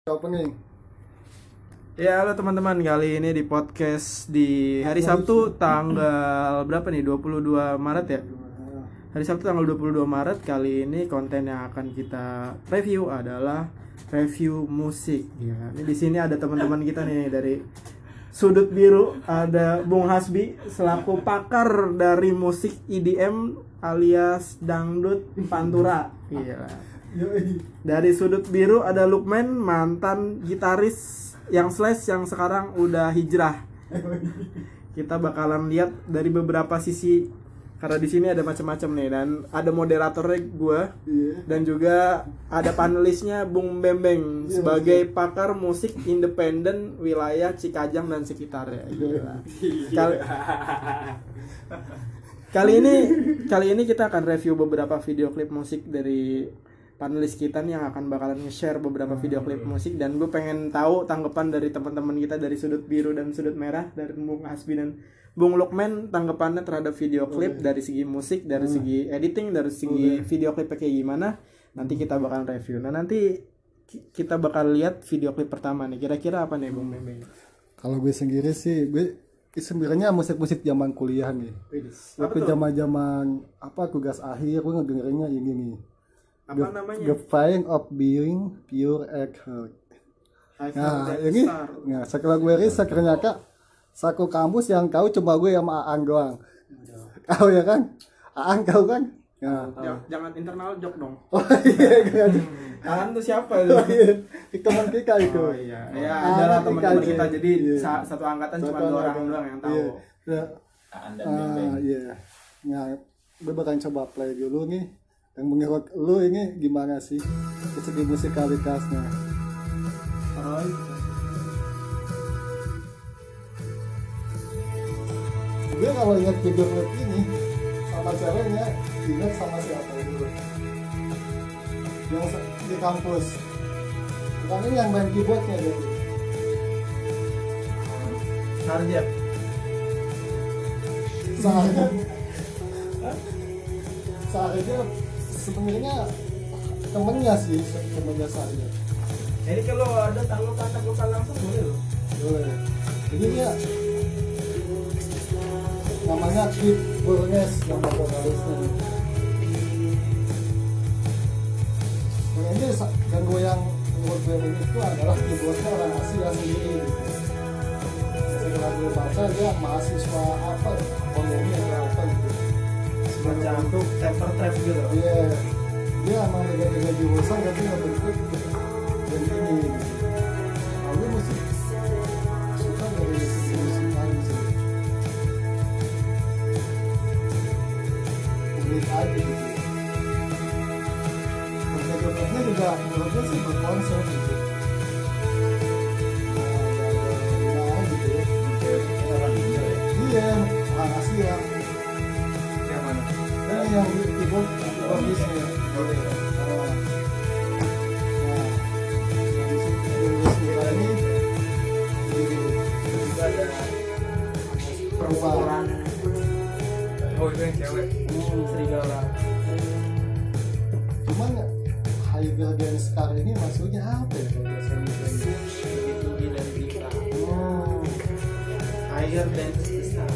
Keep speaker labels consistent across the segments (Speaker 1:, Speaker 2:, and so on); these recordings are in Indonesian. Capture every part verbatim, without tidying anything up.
Speaker 1: Opening.
Speaker 2: Ya, halo teman-teman, kali ini di podcast di hari Sabtu tanggal berapa nih? dua puluh dua Maret ya. Hari Sabtu tanggal dua puluh dua Maret. Kali ini konten yang akan kita review adalah review musik. Ya, ini di sini ada teman-teman kita nih dari Sudut Biru, ada Bung Hasbi selaku pakar dari musik E D M alias dangdut pantura. Iya. Dari Sudut Biru ada Lukman, mantan gitaris yang slash yang sekarang udah hijrah. Kita bakalan lihat dari beberapa sisi karena di sini ada macam-macam nih, dan ada moderatornya gue, dan juga ada panelisnya Bung Bembeng sebagai pakar musik independen wilayah Cikajang dan sekitarnya. Gila. Kali, kali ini kali ini kita akan review beberapa video klip musik dari panelis kita nih yang akan bakalan nge-share beberapa video klip musik, dan gue pengen tahu tanggapan dari teman-teman kita dari Sudut Biru dan Sudut Merah, dari Bung Hasbi dan Bung Lukman, tanggapannya terhadap video klip okay. Dari segi musik, dari hmm. segi editing, dari segi okay. video klipnya kayak gimana. Nanti kita bakalan review. Nah, nanti kita bakal lihat video klip pertama nih. Kira-kira apa nih Bung Bembeng?
Speaker 1: Kalau gue sendiri sih, gue sebenarnya musik-musik zaman kuliah nih. Waktu zaman-zaman apa tugas akhir, gue ngedengerinnya ini nih.
Speaker 2: Apa the, namanya?
Speaker 1: The Flying of Being Pure Earth. Nah, ini nah, setelah gue riset ternyata satu kampus yang tahu cuma gue sama Aang doang. Kau ya kan? Aang kau kan?
Speaker 2: Nah, ya, jangan internal joke dong.
Speaker 1: Oh iya,
Speaker 2: Aang tuh siapa itu?
Speaker 1: Oh, iya. Teman kita itu.
Speaker 2: Oh iya, ya adalah teman-teman kita. Jadi iya. satu angkatan satu cuma dua orang doang yang tahu.
Speaker 1: Iya. Aang dan Bembeng. Ah iya. Nah, gue bakal coba play dulu nih. Yang menurut lu ini gimana sih segi musikalitasnya?
Speaker 2: Oh,
Speaker 1: gue kalau ingat video klip ini sama ceweknya, ingat sama siapa dulu? Yang di kampus. Bukan ini yang main keyboardnya gitu.
Speaker 2: Sarjep.
Speaker 1: Sarjep. Sarjep sebenarnya temennya sih, temennya saya.
Speaker 2: Jadi kalau ada tahu kata-kata langsung boleh loh.
Speaker 1: Boleh. Jadi dia namanya Kid Burnes, nama vokalisnya. Ini dan gue yang menurut gue ini itu adalah keyboardnya orang Asia sendiri. Setelah gue baca dia mahasiswa apa, ekonomi atau apa gitu.
Speaker 2: Semacam untuk temper trap gitu.
Speaker 1: Iya, dia emang dengan jurusan tapi nggak bentuk dan ini. Lalu musik suka dari musik musik lain sih. Unik aja gitu. Musik-musiknya juga menurutnya sih berkonsep gitu. Nah, ada gitu ya. Orang Indo ya. Iya, orang Asia. Yang di keyboard keyboardisnya boleh ya. Nah, nah ini juga ada perempuan.
Speaker 2: Oh itu yang cewek. Hmm, serigala.
Speaker 1: Cuman Higher Than Star ini maksudnya apa ya kalau biasanya
Speaker 2: lebih tinggi dari kita.
Speaker 1: Oh,
Speaker 2: Higher Than Star.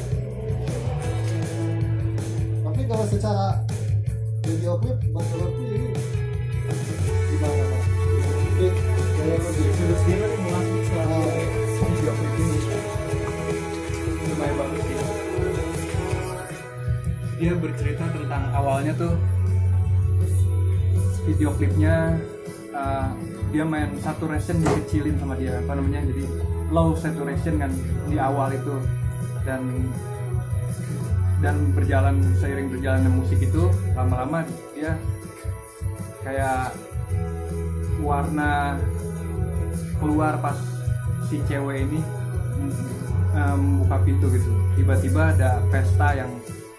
Speaker 1: kalau secara video klip menurutku ini gimana Pak? Jadi
Speaker 2: kalau lebih Sudut Biru nih masuk selama video klip ini lumayan bagus sih. Dia bercerita tentang awalnya tuh video klipnya uh, dia main saturation dikecilin sama dia, apa namanya, jadi low saturation kan di awal itu, dan dan berjalan seiring berjalannya musik itu lama-lama dia kayak warna keluar pas si cewek ini um, buka pintu gitu, tiba-tiba ada pesta yang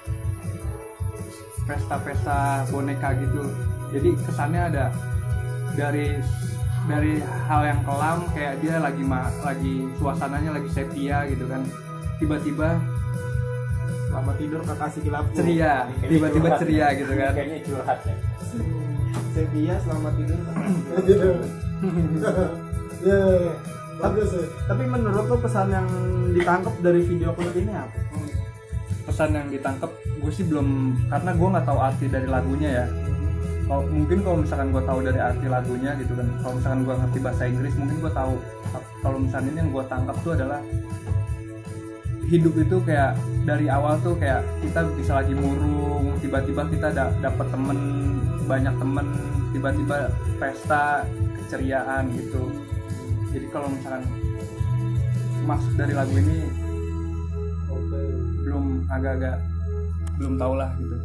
Speaker 2: pesta-pesta boneka gitu, jadi kesannya ada dari dari hal yang kelam kayak dia lagi ma- lagi suasananya lagi sepia gitu kan, tiba-tiba
Speaker 3: selamat tidur kakak kilap
Speaker 2: ceria, tiba-tiba ceria gitu kan.
Speaker 3: Kayaknya curhat ya.
Speaker 2: Sepia selamat tidur.
Speaker 1: gitu. Iya, bagus sih.
Speaker 2: Tapi menurut lo pesan yang ditangkap dari video klip ini apa?
Speaker 3: Pesan yang ditangkap gue sih belum, karena gue nggak tahu arti dari lagunya ya. Kalau mungkin kalau misalkan gue tahu dari arti lagunya gitu kan, kalau misalkan gue ngerti bahasa Inggris mungkin gue tahu. Kalau misalnya ini yang gue tangkap tuh adalah hidup itu kayak dari awal tuh kayak kita bisa lagi murung, tiba-tiba kita da- dapet temen, banyak temen, tiba-tiba pesta, keceriaan gitu. Jadi kalau misalkan maksud dari lagu ini
Speaker 1: Oke.
Speaker 3: belum agak-agak belum tau lah gitu.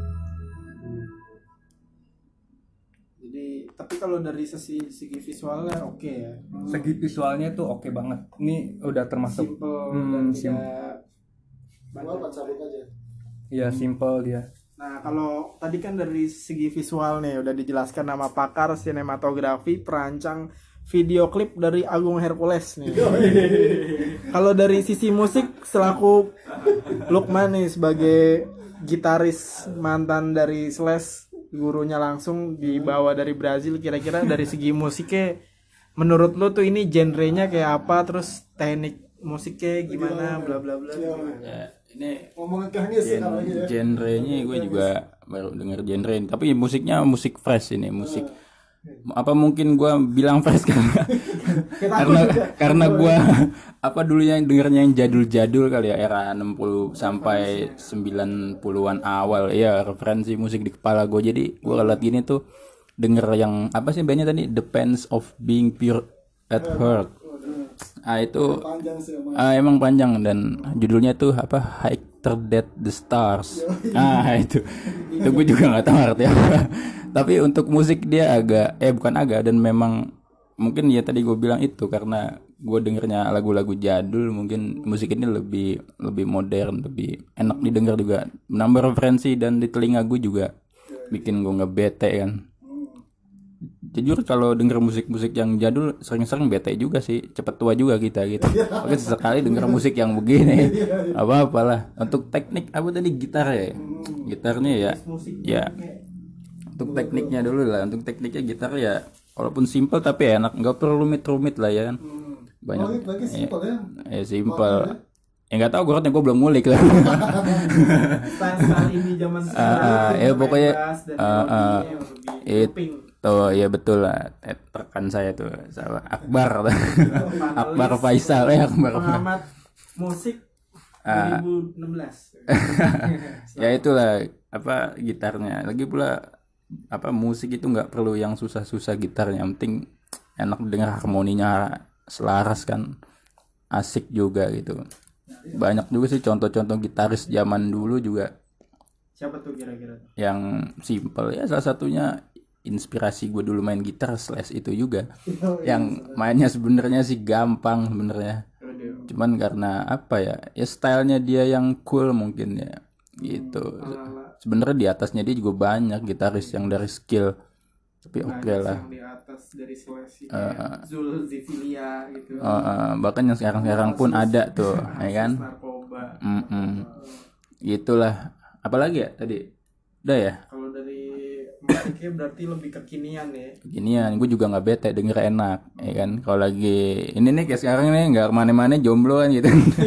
Speaker 2: Jadi tapi kalau dari sisi segi visualnya oke okay ya.
Speaker 3: Segi visualnya tuh oke banget. Ini udah termasuk
Speaker 2: Simple
Speaker 3: hmm,
Speaker 2: dan
Speaker 3: sim-
Speaker 2: tidak
Speaker 1: Gua apa cabut aja.
Speaker 3: ya simple dia.
Speaker 2: Nah, kalau tadi kan dari segi visual nih udah dijelaskan nama pakar sinematografi, perancang video klip dari Agung Hercules nih. Kalau dari sisi musik selaku Lukman nih sebagai gitaris mantan dari Slash, gurunya langsung dibawa dari Brazil, kira-kira dari segi musiknya menurut lu tuh ini genrenya kayak apa, terus teknik musiknya gimana, bla bla bla.
Speaker 4: Ya, ini
Speaker 1: Ngomongin kahnis
Speaker 4: gen-
Speaker 1: kalau lagi ya.
Speaker 4: genrenya gue juga baru denger genre ini, tapi musiknya musik fresh ini, musik apa mungkin gue bilang fresh karena karena karena gue apa dulunya dengernya yang jadul-jadul kali ya, era enam puluh sampai sembilan puluhan awal ya, referensi musik di kepala gue. Jadi gue liat gini tuh denger yang apa sih bandnya tadi, The Pains of Being Pure at Heart. Ah itu
Speaker 1: Panjang sih emang.
Speaker 4: ah, emang panjang, dan judulnya tuh apa, Higher Than the Stars. Ah itu itu gue juga nggak tahu arti apa. Tapi untuk musik dia agak eh bukan agak dan memang mungkin ya tadi gue bilang itu karena gue dengernya lagu-lagu jadul, mungkin musik ini lebih lebih modern, lebih enak didengar juga, menambah referensi, dan di telinga gue juga bikin gue nggak bete kan. Jujur kalau denger musik-musik yang jadul sering-sering bete juga sih, cepet tua juga kita gitu. Oke sesekali denger musik yang begini apa-apalah. Untuk teknik apa tadi, gitar ya, gitarnya ya ya untuk tekniknya dulu lah. Untuk tekniknya gitar ya walaupun simple tapi enak, nggak perlu rumit-rumit lah ya kan. Banyak
Speaker 1: Oh, bagi simple ya.
Speaker 4: eh simple. Ya nggak tahu, gue kan gue belum ngulik lah.
Speaker 2: Style ini zaman
Speaker 4: Ah, ah, ya pokoknya ah, ah, it-
Speaker 2: pink.
Speaker 4: Tuh ya betul lah, eh, rekan saya tuh sama Akbar. Akbar Faisal eh Akbar.
Speaker 2: Pengamat musik dua ribu enam belas.
Speaker 4: Ya itulah apa gitarnya. Lagi pula apa musik itu nggak perlu yang susah-susah gitarnya, yang penting enak dengar, harmoninya selaras kan, asik juga gitu. Banyak juga sih contoh-contoh gitaris zaman dulu juga
Speaker 2: Siapa tuh kira-kira?
Speaker 4: yang simple ya, salah satunya inspirasi gue dulu main gitar Slash itu juga. Yang mainnya sebenarnya sih gampang sebenarnya, cuman karena apa ya ya stylenya dia yang cool mungkin ya gitu. Sebenarnya di atasnya dia juga banyak gitaris yang dari skill, tapi oke okay lah.
Speaker 2: Yang di atas dari Sulawesi kayak Zul Zivilia gitu.
Speaker 4: Uh, uh, bahkan yang sekarang-sekarang pun ada tuh, ya kan?
Speaker 2: Narkoba.
Speaker 4: Mm-mm. Gitulah. Apalagi ya tadi? Udah ya?
Speaker 2: Kalau dari musiknya berarti lebih kekinian ya.
Speaker 4: Ginian, gue juga nggak bete, denger enak, ya kan? Kalau lagi ini nih kayak sekarang nih nggak kemana-mana, jomblo kan gitu.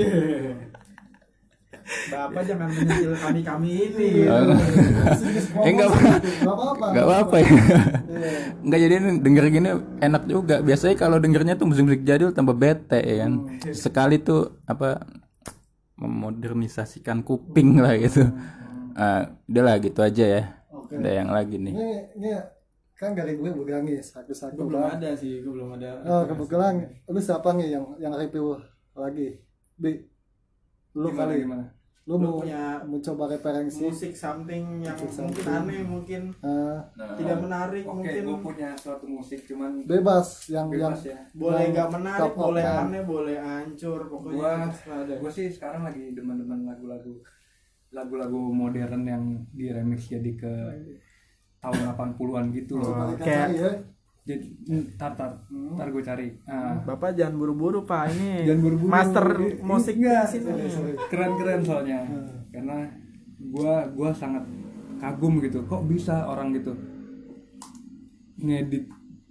Speaker 2: Bapak jangan menyicil kami kami ini.
Speaker 4: Eh nggak
Speaker 1: apa-apa.
Speaker 4: nggak apa-apa ya. Nggak, jadi denger gini enak juga. Biasanya kalau dengernya tuh musik-musik jadul tambah bete, ya kan? Sekali tuh apa memodernisasikan kuping lah gitu. Uh, udahlah gitu aja ya.
Speaker 1: Oke.
Speaker 4: Ada yang lagi nih.
Speaker 1: Ini ini kan dari gue begangis, aku
Speaker 2: Gue
Speaker 1: satu
Speaker 2: belum ada sih, gue belum ada.
Speaker 1: Oh, kebetulan lu siapa nih yang yang review lagi? Bi. Lu
Speaker 3: Gimana,
Speaker 1: kali
Speaker 3: gimana?
Speaker 1: lu
Speaker 2: Lu
Speaker 1: mau
Speaker 2: punya
Speaker 1: mau coba referensi
Speaker 2: musik something yang
Speaker 1: Musik
Speaker 2: mungkin
Speaker 1: something.
Speaker 2: aneh, mungkin
Speaker 1: eh,
Speaker 2: tidak menarik,
Speaker 3: Oke,
Speaker 2: mungkin
Speaker 3: gue punya suatu musik cuman
Speaker 1: bebas yang yang
Speaker 3: bebas ya.
Speaker 2: boleh
Speaker 1: yang
Speaker 2: nggak menarik,
Speaker 1: top of
Speaker 2: boleh
Speaker 1: mind.
Speaker 2: aneh, boleh hancur, pokoknya
Speaker 3: Gua
Speaker 2: terserah ada.
Speaker 3: gue sih sekarang lagi demen-demen lagu-lagu lagu-lagu modern yang di remix jadi ke tahun delapan puluhan gitu loh.
Speaker 2: Oh,
Speaker 1: Mereka
Speaker 2: kayak-
Speaker 1: cari ya.
Speaker 3: Jadi tar tar tar gue cari. Ah,
Speaker 2: Bapak jangan buru-buru Pak, ini
Speaker 3: Jangan buru-buru.
Speaker 2: master
Speaker 3: Ini-
Speaker 2: musik
Speaker 3: enggak,
Speaker 2: di sini.
Speaker 3: keren-keren soalnya. Karena gua gua sangat kagum gitu. Kok bisa orang gitu ngedit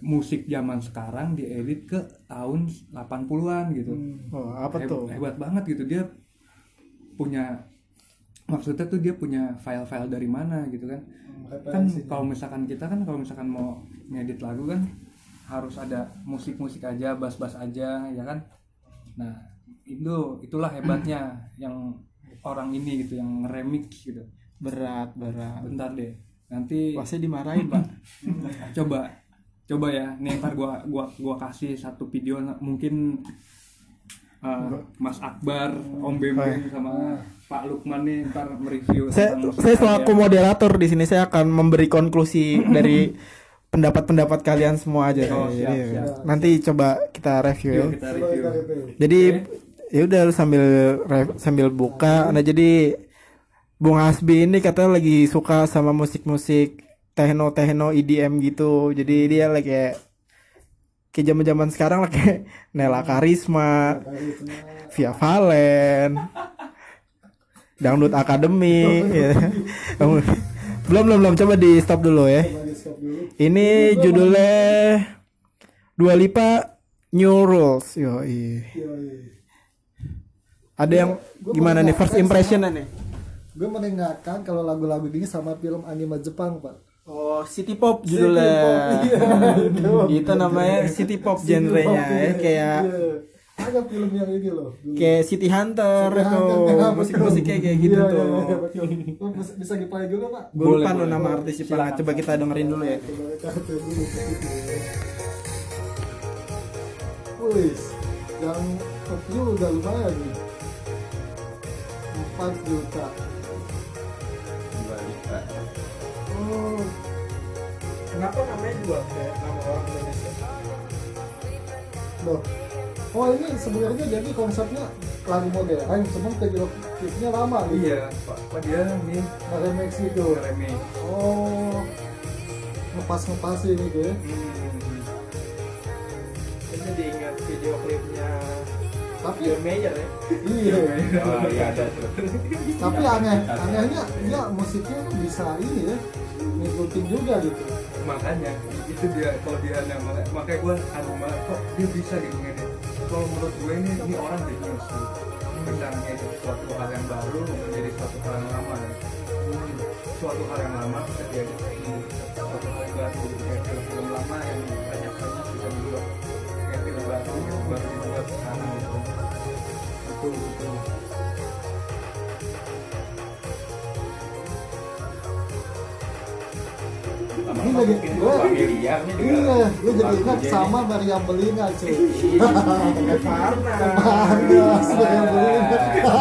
Speaker 3: musik zaman sekarang diedit ke tahun delapan puluhan gitu.
Speaker 2: Oh, apa
Speaker 3: Heb-
Speaker 2: tuh?
Speaker 3: Hebat banget gitu, dia punya, maksudnya tuh dia punya file-file dari mana gitu kan. Kan kalau misalkan kita kan kalau misalkan mau ngedit lagu kan harus ada musik-musik aja, bass-bass aja ya kan. Nah itu itulah hebatnya yang orang ini gitu, yang remix gitu.
Speaker 2: Berat, berat.
Speaker 3: Bentar deh, nanti
Speaker 2: Pasti dimarahin, Pak.
Speaker 3: coba coba ya nih, ntar gua gua gua kasih satu video mungkin uh, Mas Akbar, Om Bembeng sama Pak Lukman nih ntar mereview
Speaker 2: Saya
Speaker 3: tentang musik
Speaker 2: saya selaku
Speaker 3: kalian.
Speaker 2: moderator di sini, saya akan memberi konklusi dari pendapat-pendapat kalian semua aja.
Speaker 3: Oh, siap,
Speaker 2: Jadi,
Speaker 3: siap.
Speaker 2: nanti coba kita review ya.
Speaker 3: Yuk kita review.
Speaker 2: Jadi ya udah lu sambil re- sambil buka. Nah, jadi Bung Hasbi ini katanya lagi suka sama musik-musik techno techno E D M gitu. Jadi dia lagi kayak kayak zaman-zaman sekarang lah, kayak Nela Karisma, Via Valen, Dangdut Academy ya. Belum belum belum coba di stop dulu ya. Ini judulnya Dua Lipa New Rules. Yo, ada yang gimana nih first impression nih?
Speaker 1: Gue mendengarkan kalau lagu-lagu ini sama film anime Jepang, Pak.
Speaker 2: Oh, city pop judulnya.
Speaker 1: City pop, iya.
Speaker 2: Itu namanya city pop genrenya ya, kayak
Speaker 1: Iya. Ada film yang ini loh. dulu.
Speaker 2: kayak City Hunter
Speaker 1: City
Speaker 2: tuh,
Speaker 1: Hunter,
Speaker 2: musik-musiknya kayak gitu
Speaker 1: Iya,
Speaker 2: tuh.
Speaker 1: iya, iya, betul. Oh, bisa, bisa diplay dulu, Pak.
Speaker 2: Gue lupa lo nama artis Jepang. Coba kita dengerin dulu ya.
Speaker 1: Coba kita cari dulu. Wih, yang view udah lumayan nih. empat juta. Oh,
Speaker 2: Kenapa namanya dua kayak nama orang Indonesia?
Speaker 1: loh. Oh, ini sebenarnya jadi konsepnya lagu modern, cuma video klipnya lama gitu.
Speaker 3: Iya, Pak. Pak dia nih
Speaker 1: Remix gitu.
Speaker 3: remix.
Speaker 1: Oh, ngepas-ngepas ini gitu ya.
Speaker 2: Ini diingat video klipnya
Speaker 1: Tapi
Speaker 2: John Mayer ya.
Speaker 1: iya.
Speaker 4: Oh iya ada tuh.
Speaker 1: Tapi aneh, anehnya dia musiknya bisa ini ya, ngikutin juga gitu.
Speaker 3: Makanya itu dia, kalau dia nama, makanya gue aduh malah kok dia bisa gitu ngedit. Kalau menurut gue ini ini orang genius sih. Bisa ngedit suatu hal yang baru menjadi suatu hal yang lama. Suatu hal yang lama bisa diedit jadi suatu hal yang baru, kayak film-film lama yang banyak banyak bisa dibuat kayak film baru yang baru dibuat sekarang gitu. Betul betul.
Speaker 1: Ini lagi gue,
Speaker 4: familiar nih dengan
Speaker 1: iya, gue jadi ingat
Speaker 4: lagunya
Speaker 1: sama Maryam Belina cuy.
Speaker 2: Karena
Speaker 1: Panas Maryam Belina.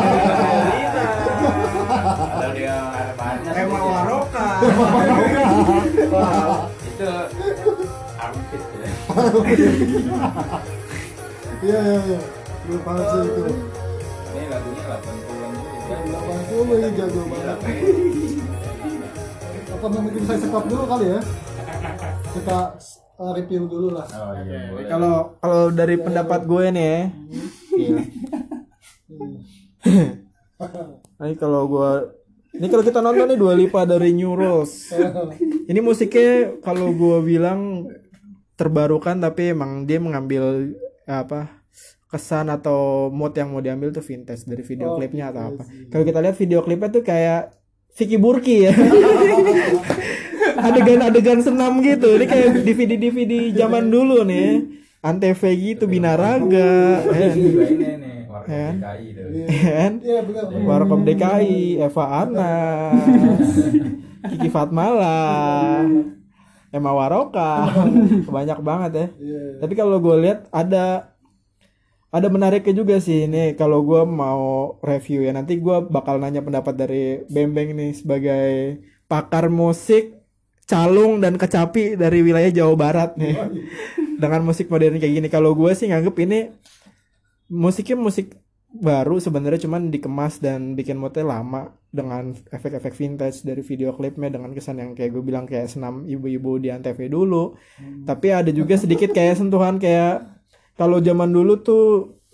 Speaker 4: ada dia banyak
Speaker 2: Emma Waroka.
Speaker 4: itu armpit ya.
Speaker 1: Iya iya iya, gue paham sih itu.
Speaker 4: Ini lagunya delapan puluhan juga.
Speaker 1: delapan puluh ini jago banget. Apa mungkin saya stop dulu kali ya? Kita uh, review dulu lah.
Speaker 4: Oh iya. boleh.
Speaker 2: Kalau kalau dari pendapat gue nih ya. Gila. Ini kalau gue ini kalau kita nonton nih Dua Lipa dari New Rules. Ini musiknya kalau gue bilang terbarukan, tapi emang dia mengambil apa kesan atau mood yang mau diambil tuh vintage dari video
Speaker 1: Oh,
Speaker 2: klipnya atau apa.
Speaker 1: vintage.
Speaker 2: Kalau kita lihat video klipnya tuh kayak Vicky Burki ya. Adegan-adegan senam gitu. Ini kayak D V D-D V D zaman dulu nih. Antv gitu, Binaraga. Ya.
Speaker 4: Juga ini nih warna
Speaker 2: Kan?
Speaker 4: D K I tuh.
Speaker 2: Kan?
Speaker 1: Iya benar. benar.
Speaker 2: Warkop D K I, Eva Anas, Kiki Fatmala, Emma Waroka. Banyak banget ya.
Speaker 1: Iya.
Speaker 2: Tapi kalau gue lihat ada ada menariknya juga sih ini. Kalau gue mau review ya, nanti gue bakal nanya pendapat dari Bembeng nih sebagai pakar musik calung dan kecapi dari wilayah Jawa Barat nih dengan musik modern kayak gini. Kalau gue sih nganggep ini musiknya musik baru sebenarnya, cuman dikemas dan bikin moodnya lama dengan efek-efek vintage dari video klipnya, dengan kesan yang kayak gue bilang kayak senam ibu-ibu di Antv dulu. Tapi ada juga sedikit kayak sentuhan kayak kalau zaman dulu tuh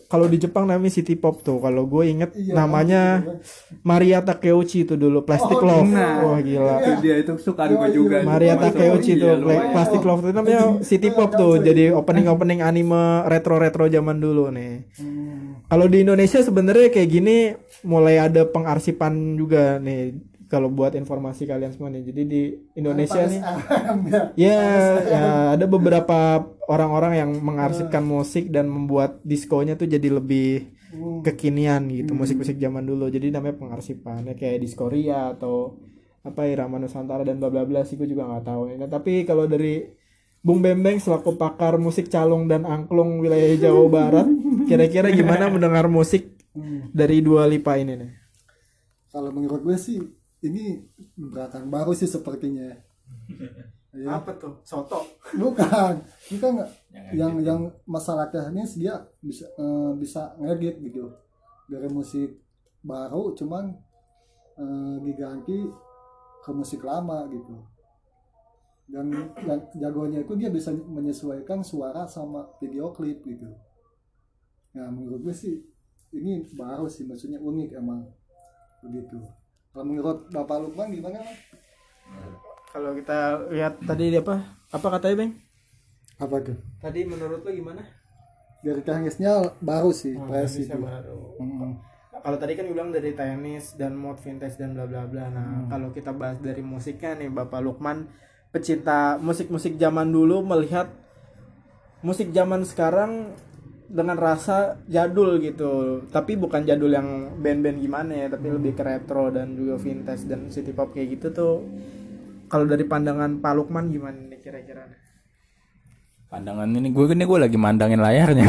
Speaker 2: kalau di Jepang namanya city pop tuh. Kalau gue inget
Speaker 1: Iya,
Speaker 2: namanya
Speaker 1: gitu kan.
Speaker 2: Maria Takeuchi itu dulu, Plastic
Speaker 1: Oh,
Speaker 2: Love.
Speaker 3: Nah,
Speaker 2: Wah gila.
Speaker 3: itu dia itu suka gue
Speaker 1: Oh,
Speaker 3: juga.
Speaker 1: iya.
Speaker 2: Maria
Speaker 3: Masuk.
Speaker 2: Takeuchi
Speaker 3: Iya,
Speaker 2: tuh,
Speaker 3: lumayan.
Speaker 2: Plastic Love itu namanya city pop tuh. Jadi opening-opening anime retro-retro zaman dulu nih.
Speaker 1: Hmm.
Speaker 2: Kalau di Indonesia sebenarnya kayak gini mulai ada pengarsipan juga nih. Kalau buat informasi kalian semua nih. Jadi di Indonesia nih ya, ya ada beberapa orang-orang yang mengarsipkan musik dan membuat diskonya tuh jadi lebih kekinian gitu, musik-musik zaman dulu. Jadi namanya pengarsipan, ya kayak Diskoria atau apa Irama Nusantara dan bla bla bla sih gue juga nggak tahu. Nah, tapi kalau dari Bung Bembeng selaku pakar musik calung dan angklung wilayah Jawa Barat, kira-kira gimana mendengar musik dari Dua Lipa ini nih?
Speaker 1: Kalau menurut gue sih ini gerakan baru sih sepertinya. Ya.
Speaker 2: Apa tuh? Soto.
Speaker 1: Bukan, ini kan yang yang masalahnya dia bisa eh, bisa ngedit gitu dari musik baru, cuman eh, diganti ke musik lama gitu. Dan yang jagonya itu dia bisa menyesuaikan suara sama video klip gitu. Nah menurut gue sih ini baru sih, maksudnya unik emang begitu. Kalau menurut Bapak Lukman gimana?
Speaker 2: Kalau kita lihat tadi apa? Apa katanya, Bang?
Speaker 1: Apa tuh?
Speaker 2: Tadi menurut lo gimana?
Speaker 1: Dari teknisnya baru sih,
Speaker 2: Oh,
Speaker 1: fresh
Speaker 2: bisa
Speaker 1: itu.
Speaker 2: baru.
Speaker 1: Hmm.
Speaker 2: Kalau tadi kan gue bilang dari tenis dan mode vintage dan bla bla bla. Nah, kalau kita bahas dari musiknya nih, Bapak Lukman, pecinta musik-musik zaman dulu melihat musik zaman sekarang dengan rasa jadul gitu. Tapi bukan jadul yang band-band gimana ya, tapi lebih ke retro dan juga vintage dan city pop kayak gitu tuh. Kalau dari pandangan Pak Lukman gimana nih kira-kira?
Speaker 4: Pandangan ini gue ini gue lagi mandangin layarnya.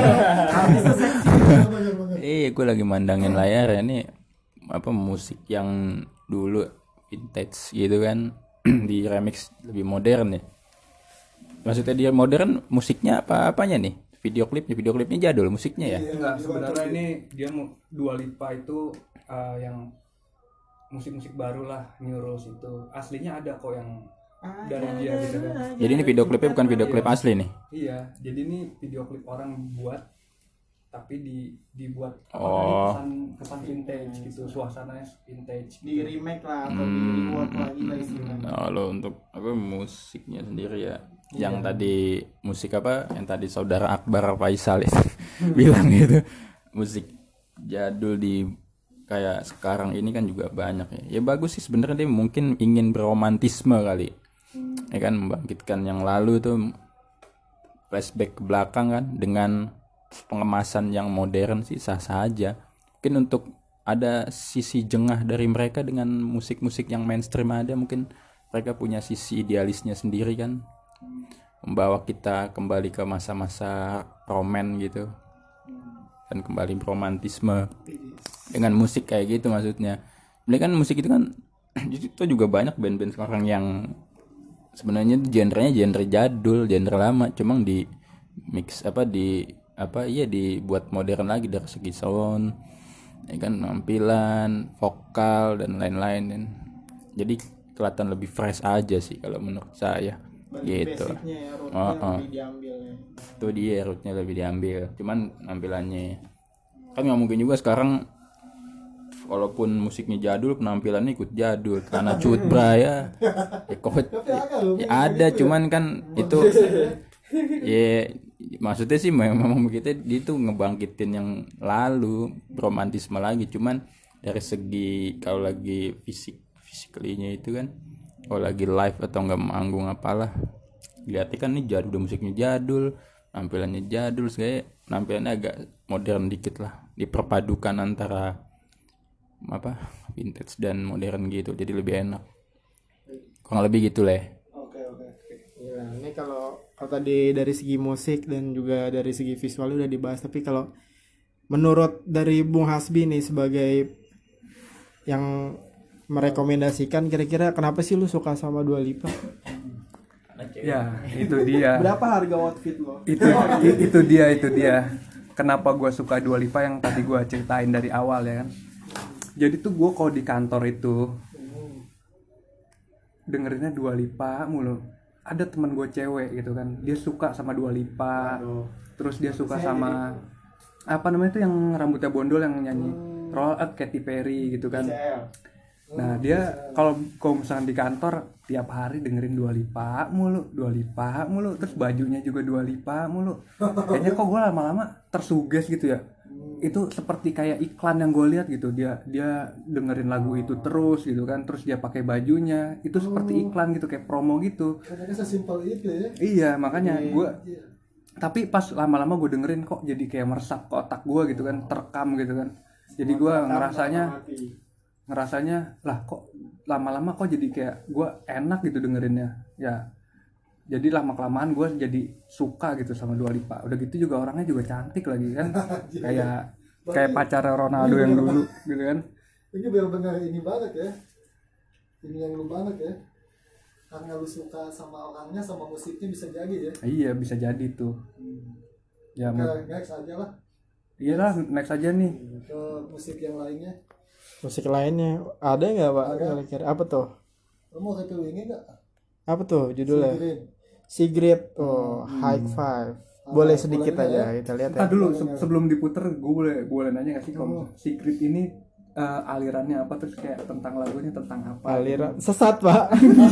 Speaker 4: Iya, gue lagi mandangin layar ya nih, apa musik yang dulu vintage gitu kan di remix lebih modern ya. Maksudnya dia modern musiknya apa apanya nih? Video klipnya, video klipnya jadul, musiknya ya.
Speaker 3: Enggak, sebenarnya ini dia mau Dua Lipa itu uh, yang musik-musik baru lah, New Rules itu aslinya ada kok yang dari dia gitu kan.
Speaker 4: Jadi ini video klipnya bukan video klip asli nih.
Speaker 3: Iya, jadi ini video klip orang buat tapi di dibuat apa
Speaker 4: Oh.
Speaker 3: kesan kesan vintage gitu, suasananya vintage
Speaker 2: Di
Speaker 3: gitu.
Speaker 2: remake lah atau di rework lagi lah istilahnya.
Speaker 4: Kalau untuk apa musiknya sendiri ya, yang tadi musik apa, yang tadi saudara Akbar Faisal itu bilang gitu, musik jadul di kayak sekarang ini kan juga banyak ya. Ya bagus sih sebenarnya, dia mungkin ingin beromantisme kali, ya kan, membangkitkan yang lalu tuh, flashback ke belakang kan, dengan pengemasan yang modern sih sah-sah aja. Mungkin untuk ada sisi jengah dari mereka dengan musik-musik yang mainstream ada, mungkin mereka punya sisi idealisnya sendiri kan, membawa kita kembali ke masa-masa roman gitu, dan kembali romantisme dengan musik kayak gitu maksudnya. Ini kan musik itu kan itu juga banyak band-band sekarang yang sebenarnya genrenya genre jadul, genre lama, cuma di mix apa di apa iya dibuat modern lagi dari segi sound, ya kan, penampilan, vokal dan lain-lain kan. Jadi kelihatan lebih fresh aja sih kalau menurut saya. Gitu.
Speaker 2: Basicnya ya, rootnya
Speaker 4: Oh, oh.
Speaker 2: lebih diambil ya.
Speaker 4: Itu dia rootnya lebih diambil, cuman penampilannya kan nggak mungkin juga sekarang walaupun musiknya jadul penampilannya ikut jadul karena cutbra ya, ya, kok- ya ada, cuman kan itu ya maksudnya sih memang begitu, dia tuh ngebangkitin yang lalu, romantisme lagi, cuman dari segi kalau lagi fisik fisiklinya itu kan, kalau lagi live atau nggak manggung apalah, lihatnya kan ini jadul, musiknya jadul, tampilannya jadul, saya tampilannya agak modern dikit lah, diperpadukan antara apa vintage dan modern gitu, jadi lebih enak, kurang lebih gitu lah.
Speaker 2: Oke oke. Gila, ini kalau kalau tadi dari segi musik dan juga dari segi visual udah dibahas, tapi kalau menurut dari Bung Hasbi nih sebagai yang merekomendasikan, kira-kira kenapa sih lu suka sama Dua Lipa?
Speaker 3: Ya, itu dia.
Speaker 2: Berapa harga outfit lo?
Speaker 3: itu i- itu dia itu dia kenapa gue suka Dua Lipa yang tadi gue ceritain dari awal ya kan. Jadi tuh gue kalau di kantor itu dengerinnya Dua Lipa mulu. Ada teman gue cewek gitu kan, dia suka sama Dua Lipa, terus dia suka sama apa namanya itu yang rambutnya bondol yang nyanyi Roll Out Katy Perry gitu kan. Nah dia kalau kalau misalnya di kantor tiap hari dengerin Dua Lipa mulu, Dua Lipa mulu, terus bajunya juga Dua Lipa mulu. Kayaknya kok gue lama-lama tersuges gitu ya. Itu seperti kayak iklan yang gue lihat gitu. Dia dia dengerin lagu itu terus gitu kan, terus dia pakai bajunya itu seperti iklan gitu, kayak promo gitu.
Speaker 1: Kadang sesimpel itu ya.
Speaker 3: Iya makanya gue. Tapi pas lama-lama gue dengerin kok jadi kayak meresap ke otak gue gitu kan, terekam gitu kan. Jadi gue ngerasanya ngerasanya lah kok lama-lama kok jadi kayak gue enak gitu dengerinnya ya. Jadi lama kelamaan gue jadi suka gitu sama Dua Lipa. Udah gitu juga orangnya juga cantik lagi kan. kayak kayak pacar Ronaldo yang dulu gitu kan.
Speaker 1: Ini benar-benar ini banget ya. Ini yang lu banget ya. Karena lu suka sama orangnya, sama musiknya bisa jadi ya.
Speaker 3: Iya bisa jadi tuh.
Speaker 1: Hmm.
Speaker 3: Ya
Speaker 1: Oke, next aja lah.
Speaker 3: Iyalah next aja nih.
Speaker 1: Ke musik yang lainnya.
Speaker 2: Musik lainnya ada nggak Pak?
Speaker 1: Ada.
Speaker 2: Kira-kira apa tuh?
Speaker 1: Lu mau reviewingnya nggak?
Speaker 2: Apa tuh judulnya?
Speaker 1: Sigrid.
Speaker 2: Sigrid, oh, High Five. Boleh sedikit
Speaker 1: boleh
Speaker 2: aja
Speaker 1: ya?
Speaker 2: kita lihat ya.
Speaker 3: Ah dulu se- sebelum diputer gue boleh boleh nanya nggak sih kalau Secret ini uh, alirannya apa, terus kayak tentang lagunya tentang apa?
Speaker 2: Aliran sesat Pak.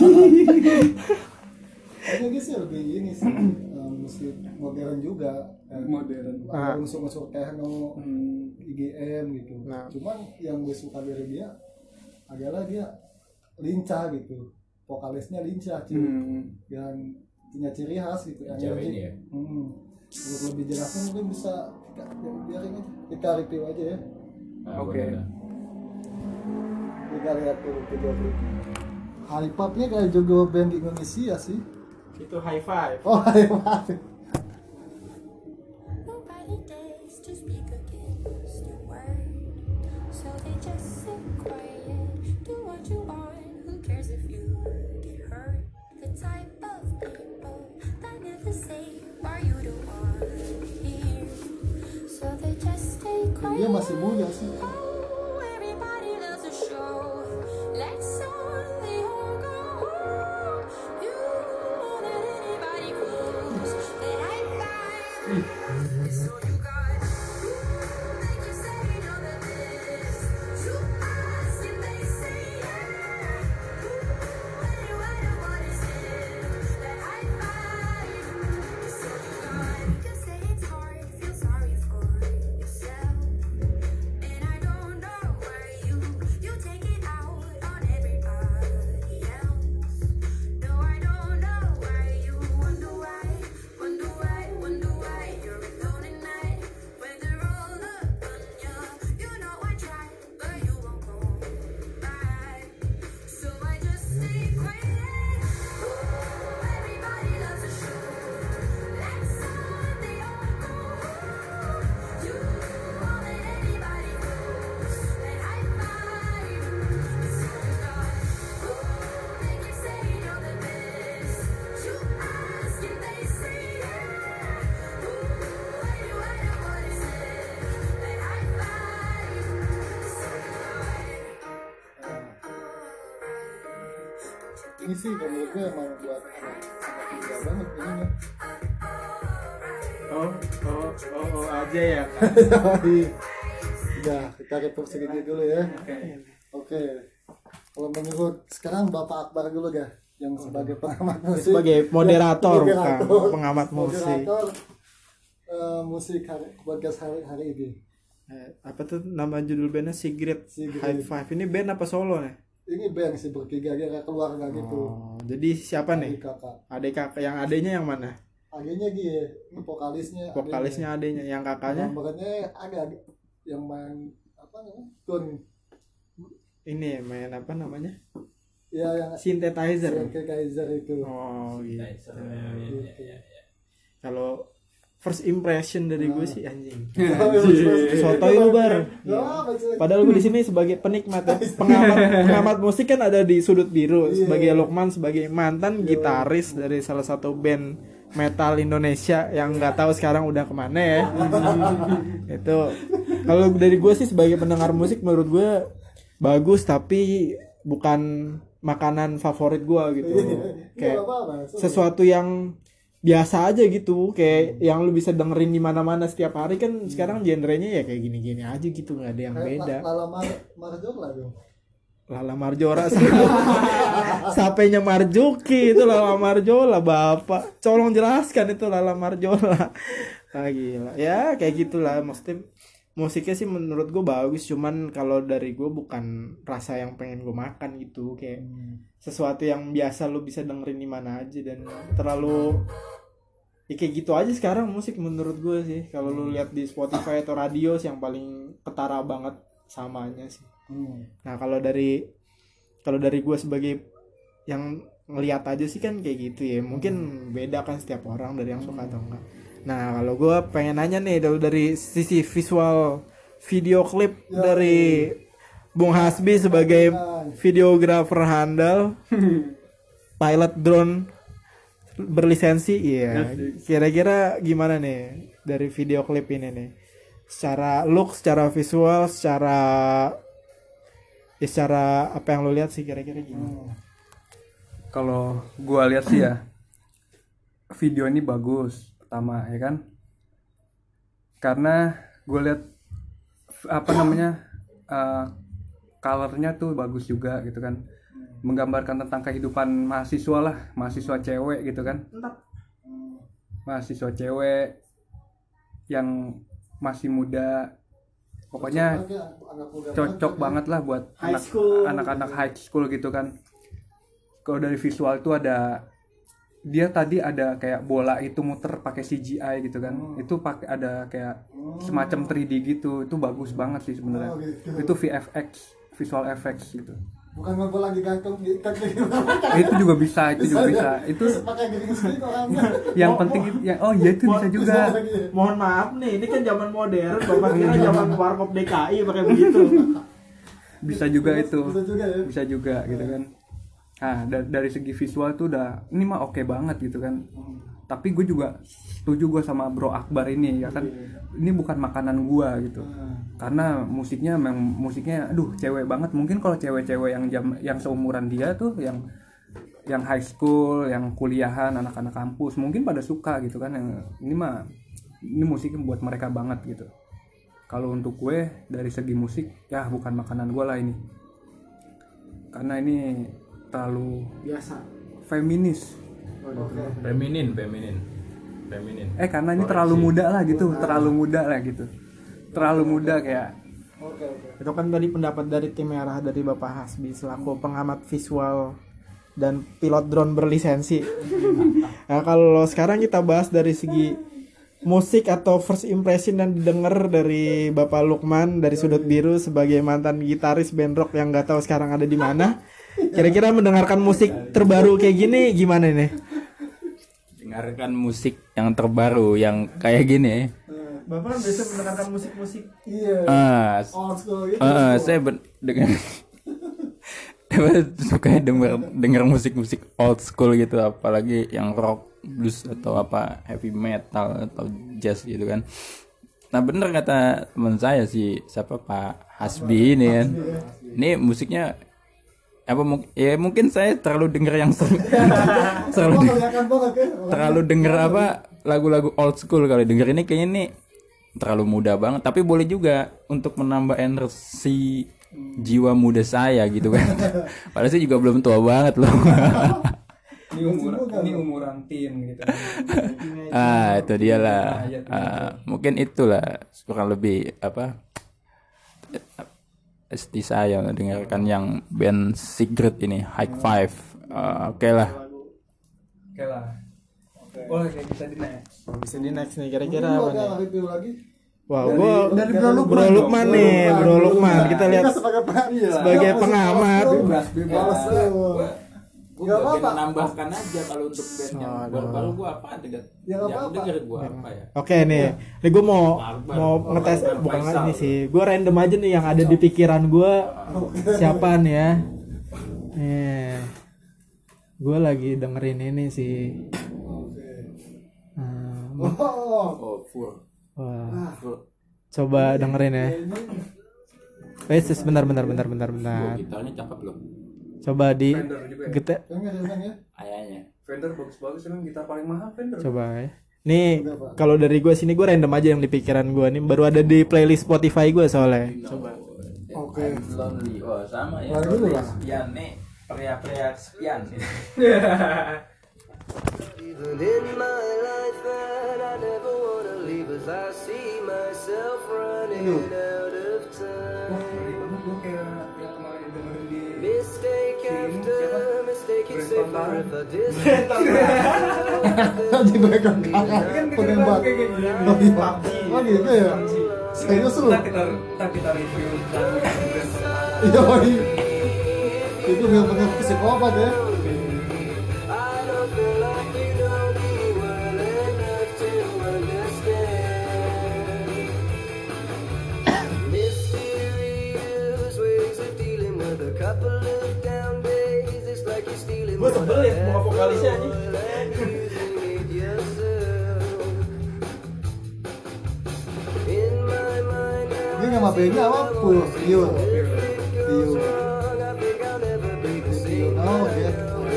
Speaker 1: Kayaknya dia sih lebih ini sih uh, musik modern juga.
Speaker 3: Modern.
Speaker 1: Ada unsur-unsur techno,
Speaker 3: Hmm.
Speaker 1: I G M gitu.
Speaker 2: Nah.
Speaker 1: Cuman yang gue suka dari dia adalah dia lincah gitu. Vokalisnya lincah cuy.
Speaker 3: Hmm.
Speaker 1: Dan punya ciri khas gitu. Yang
Speaker 5: Cewek
Speaker 1: energi.
Speaker 5: ini ya?
Speaker 1: Hmm. Untuk lebih jelasnya mungkin bisa kita, biarin aja. Kita review aja ya.
Speaker 5: Nah,
Speaker 3: Oke.
Speaker 5: boleh.
Speaker 1: Kita lihat dulu video klipnya. High Popnya kayak juga band di Indonesia sih.
Speaker 2: Itu High Five.
Speaker 1: Oh, High Pop.
Speaker 6: Nobody dares to speak against your word, so they just sit quiet. Do what you want. Who cares if you get hurt? The type of people that never say why you don't want to hear, so they just stay quiet.
Speaker 1: Dia masih muda sih.
Speaker 6: Oh, everybody loves a show. Let's all they all go home. You more than anybody knows that I find. So you got who make you say you're the best. To ask if they say yeah. Who anyway what is it that I find. So you got you say it's hard, feel sorry for yourself. And I don't know why you you take it out on everybody else. No, I don't know why you wonder why, wonder why, wonder why you're alone at night. When they're all up on you, you know I try, but you won't go back. So I just stay quiet. Ooh, everybody loves a show. Let's all they all go home. You more than anybody knows that I find. So God, who make you say you're the best? You ask if they say yeah. Who are you? I know what is it that I find. So
Speaker 1: Ini sih menurut gue emang buat anak anak muda banget ininya.
Speaker 2: Oh, oh, oh, oh aja ya.
Speaker 1: Udah, kita review sedikit dulu ya. Oke. Kalau menurut sekarang Bapak Akbar dulu ya, yang sebagai pengamat musik.
Speaker 2: Sebagai moderator, bukan
Speaker 1: Moderator.
Speaker 2: pengamat musik.
Speaker 1: Moderator eh, musik hari, podcast hari, hari ini.
Speaker 2: Eh, apa tuh nama judul bandnya? Sigrid,
Speaker 1: Sigrid.
Speaker 2: High Five. Ini band apa solo nih?
Speaker 1: Ini band sih bertiga dia keluarga gitu.
Speaker 2: Oh, jadi siapa nih?
Speaker 1: Adik kakak.
Speaker 2: Adik kakak, yang adenya yang mana?
Speaker 1: Adiknya dia, ini vokalisnya.
Speaker 2: Vokalisnya adenya, yang kakaknya
Speaker 1: Gambarnya ada yang main apa namanya? Gun.
Speaker 2: ini main apa namanya?
Speaker 1: Ya yang
Speaker 2: Synthesizer.
Speaker 1: Kayak Kaiser itu.
Speaker 2: Oh gitu.
Speaker 5: Nice. Ya, ya, ya, ya, ya.
Speaker 2: Kalau first impression dari gue sih anjing.
Speaker 1: Anjing.
Speaker 2: Sotoy lu bar.
Speaker 1: Ya, maksudnya-
Speaker 2: Padahal gue di sini sebagai penikmat ya. pengamat pengamat musik kan ada di sudut biru. Sebagai Lukman sebagai mantan gitaris dari salah satu band metal Indonesia yang nggak tahu sekarang udah kemana ya. Itu kalau dari gue sih sebagai pendengar musik menurut gue bagus tapi bukan makanan favorit gue gitu.
Speaker 1: Iya,
Speaker 2: Kayak
Speaker 1: nggak apa-apa. Sorry.
Speaker 2: sesuatu yang biasa aja gitu, kayak yang lu bisa dengerin di mana-mana setiap hari kan. Sekarang genrenya ya kayak gini-gini aja gitu, nggak ada yang
Speaker 1: Kayak
Speaker 2: beda.
Speaker 1: La- Lala Mar- Marjola dong.
Speaker 2: Lala Marjora sapenya Marjuki itu Lala Marjola bapak, colong jelaskan itu Lala Marjola. Ah, gila ya kayak gitulah, maksudnya musiknya sih menurut gue bagus, cuman kalau dari gue bukan rasa yang pengen gue makan gitu, kayak sesuatu yang biasa lu bisa dengerin di mana aja dan terlalu ya kayak gitu aja sekarang musik menurut gue sih. Kalau lu lihat di Spotify atau radio sih yang paling ketara banget samanya sih. Nah kalau dari kalau dari gue sebagai yang ngelihat aja sih kan kayak gitu ya, mungkin beda kan setiap orang dari yang suka atau enggak. Nah kalau gue pengen nanya nih dari, dari sisi visual video klip dari Bung Hasbi sebagai videografer handal, pilot drone berlisensi, iya. Kira-kira gimana nih dari video klip ini nih? Secara look, secara visual, secara ya secara apa yang lo lihat sih kira-kira gimana?
Speaker 3: Kalau gua lihat sih ya, video ini bagus pertama ya kan, karena gue lihat apa namanya uh, colornya tuh bagus juga gitu kan, menggambarkan tentang kehidupan mahasiswa lah, mahasiswa cewek gitu kan, mahasiswa cewek yang masih muda, pokoknya cocok banget lah buat
Speaker 2: High
Speaker 3: anak,
Speaker 2: school.
Speaker 3: anak-anak high school gitu kan. Kalau dari visual tuh ada, dia tadi ada kayak bola itu muter pakai C G I gitu kan, itu pakai ada kayak semacam tiga D gitu, itu bagus banget sih sebenarnya.
Speaker 1: Oh, gitu.
Speaker 3: Itu V F X, visual effects gitu.
Speaker 1: Bukan ngobrol lagi gantung di kaki.
Speaker 3: Itu juga bisa, itu juga bisa. Itu
Speaker 1: pakai green screen orangnya.
Speaker 3: yang penting itu ya, oh iya itu bisa juga.
Speaker 2: Mohon maaf nih, ini kan zaman modern, bapak kira zaman warkop D K I pakai begitu.
Speaker 3: Bisa juga itu.
Speaker 1: Bisa juga ya.
Speaker 3: Bisa juga gitu kan. Nah, da- dari segi visual tuh udah ini mah oke banget gitu kan. Tapi gue juga setuju gue sama Bro Akbar ini ya kan. Ini bukan makanan gue gitu. Karena musiknya memang musiknya aduh cewek banget. Mungkin kalau cewek-cewek yang jam yang seumuran dia tuh yang yang high school, yang kuliahan, anak-anak kampus mungkin pada suka gitu kan. Yang ini mah ini musiknya buat mereka banget gitu. Kalau untuk gue dari segi musik ya bukan makanan gue lah ini. Karena ini terlalu
Speaker 2: Biasa.
Speaker 3: feminis.
Speaker 5: Feminin, feminin, feminin.
Speaker 3: Eh karena ini terlalu muda lah gitu, terlalu muda lah gitu, terlalu muda kayak.
Speaker 1: Oke oke.
Speaker 2: Itu kan tadi pendapat dari tim merah dari Bapak Hasbi selaku pengamat visual dan pilot drone berlisensi. Nah, kalau sekarang kita bahas dari segi musik atau first impression dan didengar dari Bapak Lukman dari Sudut Biru sebagai mantan gitaris band rock yang nggak tahu sekarang ada di mana. Kira-kira mendengarkan musik terbaru kayak gini gimana nih?
Speaker 4: Dengarkan musik yang terbaru yang kayak gini.
Speaker 2: Bapak kan biasa mendengarkan musik-musik.
Speaker 1: Iya.
Speaker 4: Ah,
Speaker 1: Old school gitu.
Speaker 4: ah, saya ben- dengar suka denger denger musik-musik old school gitu, apalagi yang rock, blues atau apa heavy metal atau jazz gitu kan. Nah bener kata teman saya si siapa Pak Hasbi ini kan, ini musiknya apa mungkin ya mungkin saya terlalu denger yang ser- terlalu de-
Speaker 1: Kelihatan banget ya.
Speaker 4: terlalu denger apa lagu-lagu old school. Kalau denger ini kayaknya ini terlalu muda banget, tapi boleh juga untuk menambah energi jiwa muda saya gitu kan. Padahal saya juga belum tua banget loh.
Speaker 3: Ini umur ini umuran teen gitu.
Speaker 4: Ah itu dia lah. Ah, mungkin itulah kurang lebih apa esti saya mendengarkan yang band Secret ini High Five. Ah, Oke lah.
Speaker 3: Oke lah. Oh kayak bisa di next.
Speaker 2: Bisa di next nih kira-kira
Speaker 1: Mungkin
Speaker 2: apa
Speaker 1: ada
Speaker 2: nih?
Speaker 1: review lagi.
Speaker 2: Wah,
Speaker 3: Dari-
Speaker 2: gua
Speaker 3: dari Bro Lukman
Speaker 2: Bro
Speaker 3: dong.
Speaker 2: Lukman nih, Bro Lukman. Kita lihat
Speaker 1: Kita sebagai peng-
Speaker 2: sebagai
Speaker 1: Iya,
Speaker 2: pengamat.
Speaker 1: musik
Speaker 3: Bebas,
Speaker 1: old
Speaker 3: bebas.
Speaker 1: school. Males lu. Nggak apa-apa.
Speaker 4: menambahkan aja kalau untuk band yang
Speaker 2: Aduh.
Speaker 4: baru-baru gua apa denger.
Speaker 1: Ya, nggak
Speaker 4: Yang
Speaker 1: apa-apa.
Speaker 4: denger gua apa ya.
Speaker 2: Oke nih, nih gue mau mau ngetes bukan ini sih, gue random aja nih yang ada di pikiran gue siapa nih ya. Nih, gue lagi dengerin ini sih. Hmm,
Speaker 1: Oh.
Speaker 4: Oh, full.
Speaker 2: wah,
Speaker 4: Full.
Speaker 2: coba dengerin ya. Eh, sis, bentar, bentar, bentar, bentar, bentar.
Speaker 4: Gitarnya cakep loh.
Speaker 2: Coba di
Speaker 3: Fender juga ya?
Speaker 2: gete
Speaker 1: Pengen ya, Bang, ya?
Speaker 4: Ayahnya.
Speaker 3: Fender bagus-bagus kan gitar paling mahal Fender.
Speaker 2: coba ya. Nih kalau dari gue sini gue random aja yang di pikiran gue nih baru ada di playlist Spotify gue soalnya. Coba.
Speaker 1: Oke.
Speaker 4: I'm lonely. Oh, sama ya.
Speaker 1: Lagi dulu lah.
Speaker 4: Sepian nih. Pria-pria sepian.
Speaker 7: Even in my life that I never wanna leave as I see myself running out of time.
Speaker 3: Gue kayak yang kemarin dengerin di
Speaker 7: Mistake after mistake, it's safer if I distance
Speaker 1: Anjing mereka kakak penembak. Oh iya. Oh gitu ya. Serius lu?
Speaker 3: Kita kita kita kita review lagu yang
Speaker 1: Iya, iya. Itu bener-bener psikopat ya.
Speaker 7: I don't feel like you know me well enough to understand. Mysterious ways of dealing with a couple of down days. It's like you're stealing
Speaker 2: Gue sebel ya semua vokalisnya anjing.
Speaker 7: and using it yourself. In my mind, I'm
Speaker 1: Ini nama bandnya apa? Pure. Pure. Pure.
Speaker 7: wrong. I think I'll never be the same.
Speaker 1: Oh ya.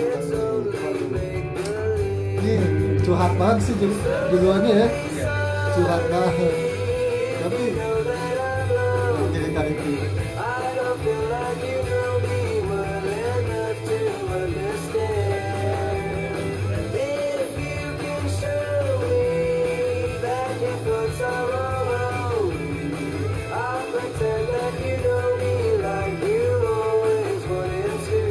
Speaker 1: Ini curhat banget sih judul- judulnya ya. Curhat banget. Tapi jadi kali itu.
Speaker 7: I don't feel like you know me well enough to understand. If you can show me that your thoughts are wrong, I'll pretend that you know me like you always wanted to.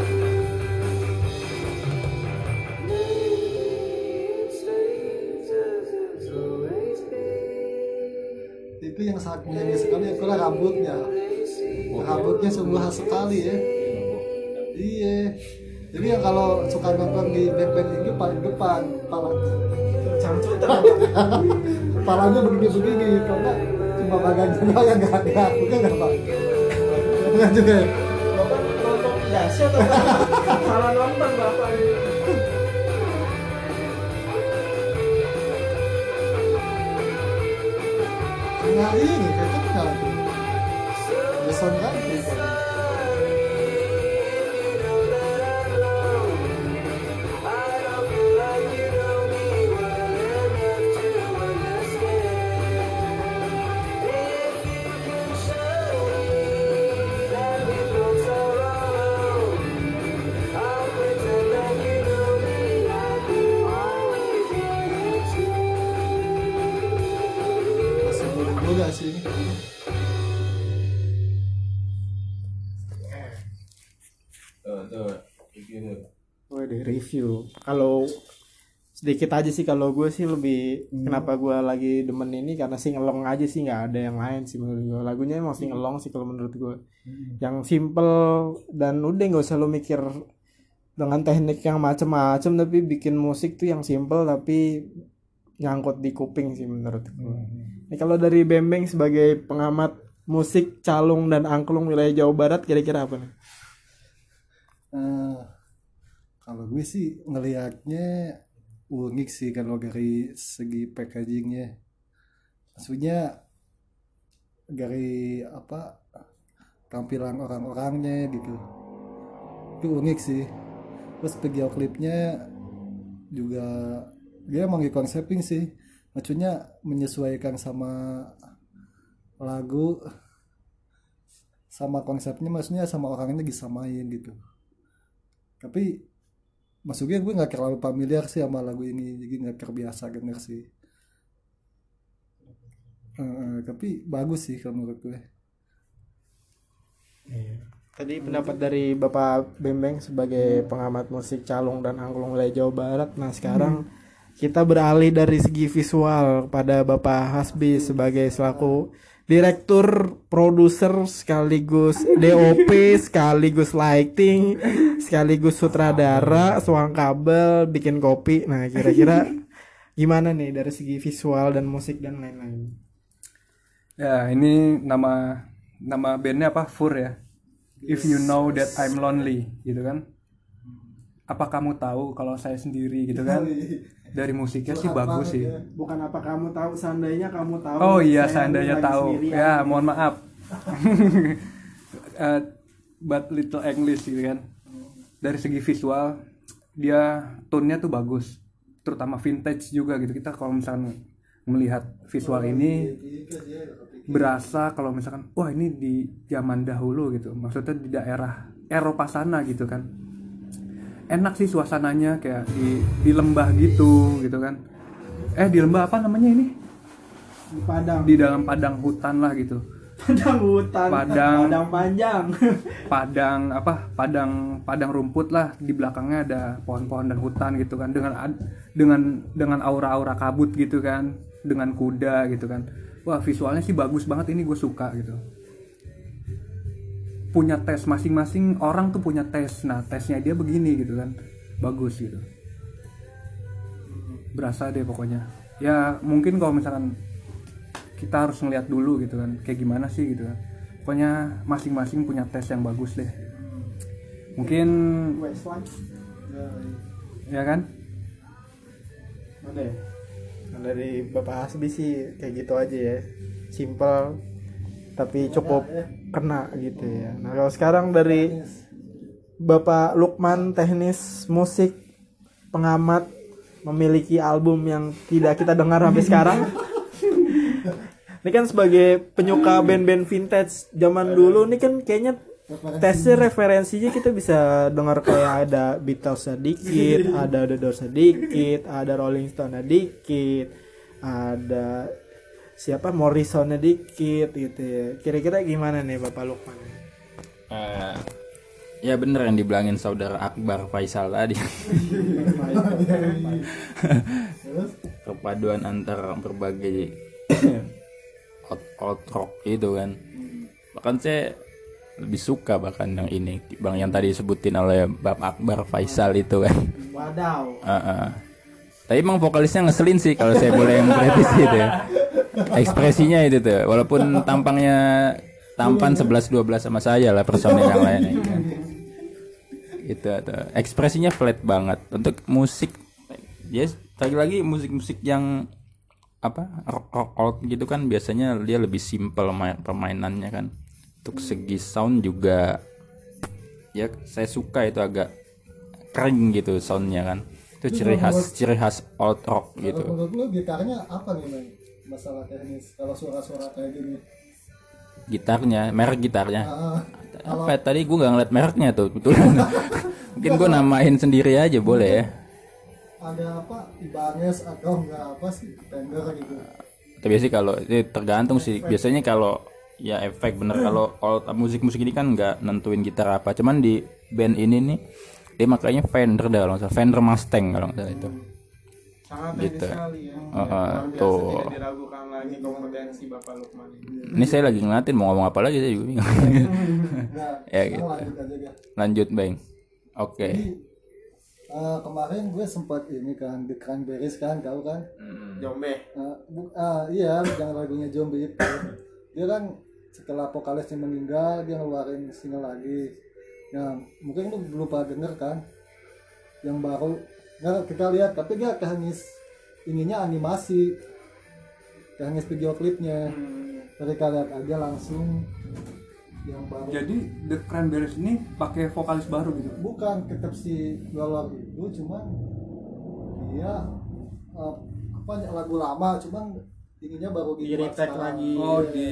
Speaker 7: It stays as it's always been.
Speaker 1: Itu yang sangat menyanyi sekali ya, kalau rambutnya. Rambutnya sungguh khas sekali ya. Iya. Jadi yang kalau suka nonton di band-band ini paling depan, pala, palanya begini-begini, karena cuma bagian doang yang nggak ada, bukan nggak pak? Bukan juga. Ya?
Speaker 2: Nonton biasa atau salah nonton bapak ini.
Speaker 1: Nah ini cocoknya. Jason kan? Masih muda sih.
Speaker 5: Tuh, tuh. Begitu.
Speaker 2: Wah, di review. Kalau sedikit aja sih kalau gue sih lebih kenapa gue lagi demen ini karena sing along aja sih, nggak ada yang lain sih menurut gue. Lagunya emang sing along sih kalau menurut gue. Yang simple dan udah nggak usah lo mikir dengan teknik yang macem-macem, tapi bikin musik tuh yang simple tapi nyangkut di kuping sih menurut gue. Ini kalau dari Bembeng sebagai pengamat musik calung dan angklung wilayah Jawa Barat kira-kira apa nih?
Speaker 1: Eh, kalau gue sih ngelihatnya unik sih kalau dari segi packagingnya. Maksudnya dari apa tampilan orang-orangnya gitu. Itu unik sih. Terus video klipnya juga dia emang dikonsepin sih. Maksudnya menyesuaikan sama lagu sama konsepnya, maksudnya sama orangnya disamain gitu. Tapi maksudnya gue nggak terlalu familiar sih sama lagu ini, jadi nggak terbiasa denger sih. Eh, tapi bagus sih kalau menurut gue.
Speaker 2: Tadi pendapat dari Bapak Bembeng sebagai pengamat musik calung dan angklung wilayah Jawa Barat. Nah sekarang kita beralih dari segi visual pada Bapak Hasbi sebagai selaku direktur, produser, sekaligus D O P, sekaligus lighting, sekaligus sutradara, suang kabel, bikin kopi. Nah kira-kira gimana nih dari segi visual dan musik dan lain-lain?
Speaker 3: Ya, ini nama nama bandnya apa? Fur ya. If you know that I'm lonely, gitu kan? Apa kamu tahu kalau saya sendiri, gitu kan? Dari musiknya sih bagus sih.
Speaker 2: Bukan apa kamu tahu, seandainya kamu tahu.
Speaker 3: Oh iya,
Speaker 2: saya
Speaker 3: seandainya
Speaker 2: lagi
Speaker 3: tahu.
Speaker 2: sendirian.
Speaker 3: Ya, mohon maaf. Uh, but little English gitu kan. dari segi visual dia tone-nya tuh bagus, terutama vintage juga gitu. Kita kalau misalkan melihat visual ini berasa kalau misalkan wah ini di zaman dahulu gitu, maksudnya di daerah Eropa sana gitu kan. Enak sih suasananya kayak di di lembah gitu gitu kan. Eh di lembah apa namanya ini?
Speaker 2: Di padang.
Speaker 3: Di dalam padang hutan lah gitu.
Speaker 2: Padang hutan.
Speaker 3: Padang.
Speaker 2: Padang panjang.
Speaker 3: Padang apa? Padang padang rumput lah, di belakangnya ada pohon-pohon dan hutan gitu kan, dengan ad- dengan dengan aura-aura kabut gitu kan, dengan kuda gitu kan. Wah, visualnya sih bagus banget, ini gue suka gitu. Punya tes masing-masing orang tuh punya tes. Nah, tesnya dia begini gitu kan. Bagus gitu. Berasa deh pokoknya. Ya, mungkin kalau misalkan kita harus ngeliat dulu gitu kan, kayak gimana sih gitu kan. Pokoknya masing-masing punya tes yang bagus deh. Mungkin
Speaker 2: Westlife.
Speaker 3: ya kan?
Speaker 2: Oke. Nah, dari Bapak Hasbi sih kayak gitu aja ya. Simple tapi cukup kena gitu ya. Nah, kalau sekarang dari Bapak Lukman, teknis musik, pengamat, memiliki album yang tidak kita dengar sampai sekarang. Ini kan sebagai penyuka band-band vintage zaman dulu, ini kan kayaknya tesnya referensinya kita bisa dengar kayak ada Beatles sedikit, ada The Doors sedikit, ada Rolling Stone sedikit, ada siapa Morrison sedikit gitu ya. Kira-kira gimana nih Bapak Lukman?
Speaker 4: Eh, ya bener yang dibilangin saudara Akbar Faisal tadi. Perpaduan antara berbagai old, old rock itu kan. Bahkan saya lebih suka bahkan yang ini bang yang tadi disebutin oleh Bapak Akbar Faisal itu kan.
Speaker 2: Wadaw.
Speaker 4: Uh-uh. Tapi emang vokalisnya ngeselin sih kalau saya boleh mengkritisi itu ya. Ekspresinya itu tuh, walaupun tampangnya tampan sebelas dua belas sama saya lah personil yang lainnya gitu. Itu tuh. Ekspresinya flat banget. Untuk musik ya lagi-lagi musik-musik yang apa rock rock old gitu kan biasanya dia lebih simple main, permainannya kan. Untuk segi sound juga ya saya suka itu agak kering gitu soundnya kan. Itu ciri khas ciri khas old rock gitu.
Speaker 1: Kalau menurut lu gitarnya apa nih man? Masalah teknis kalau suara-suara kayak gini?
Speaker 4: Gitarnya, merek gitarnya.
Speaker 1: Ah,
Speaker 4: Apa ya, tadi gue nggak ngeliat mereknya tuh betul. Mungkin gue namain sendiri aja boleh ya.
Speaker 1: ada apa Ibanez atau enggak apa sih Fender gitu.
Speaker 4: Tapi sih kalau itu tergantung sih. Biasanya kalau ya efek bener kalau old musik-musik ini kan nggak nentuin gitar apa. Cuman di band ini nih dia makanya Fender dah kalau nggak salah. Fender Mustang kalau nggak salah itu.
Speaker 2: Sangat
Speaker 4: Gitu.
Speaker 2: sekali ya.
Speaker 4: Uh, uh,
Speaker 2: Luar biasa,
Speaker 4: tuh.
Speaker 2: tidak diragukan lagi kompetensi Bapak Lukman ini.
Speaker 4: Ini saya lagi ngeliatin mau ngomong apa lagi saya juga bingung.
Speaker 1: Nah,
Speaker 4: Ya,
Speaker 1: sekarang
Speaker 4: gitu.
Speaker 1: lanjut aja ya.
Speaker 4: Lanjut Bang. Oke.
Speaker 1: Jadi eh, kemarin gue sempat ini kan di Cranberries kan, tahu kan?
Speaker 2: Jombe.
Speaker 1: Eh, bu- ah, iya, yang lagunya Zombie itu. Dia kan setelah vokalisnya meninggal dia ngeluarin single lagi. Nah, mungkin lu belum pernah denger kan? Yang baru. Nah, kita lihat tapi dia teknis ininya animasi. Teknis video klipnya. Mereka lihat aja langsung yang baru.
Speaker 3: Jadi The Cranberries ini pakai vokalis baru gitu.
Speaker 1: Bukan tetap si Dollar itu cuman dia eh, apa lagu lama cuman ininya baru
Speaker 2: Di
Speaker 1: dibuat
Speaker 2: retake
Speaker 1: sekarang.
Speaker 2: lagi.
Speaker 3: Oh, di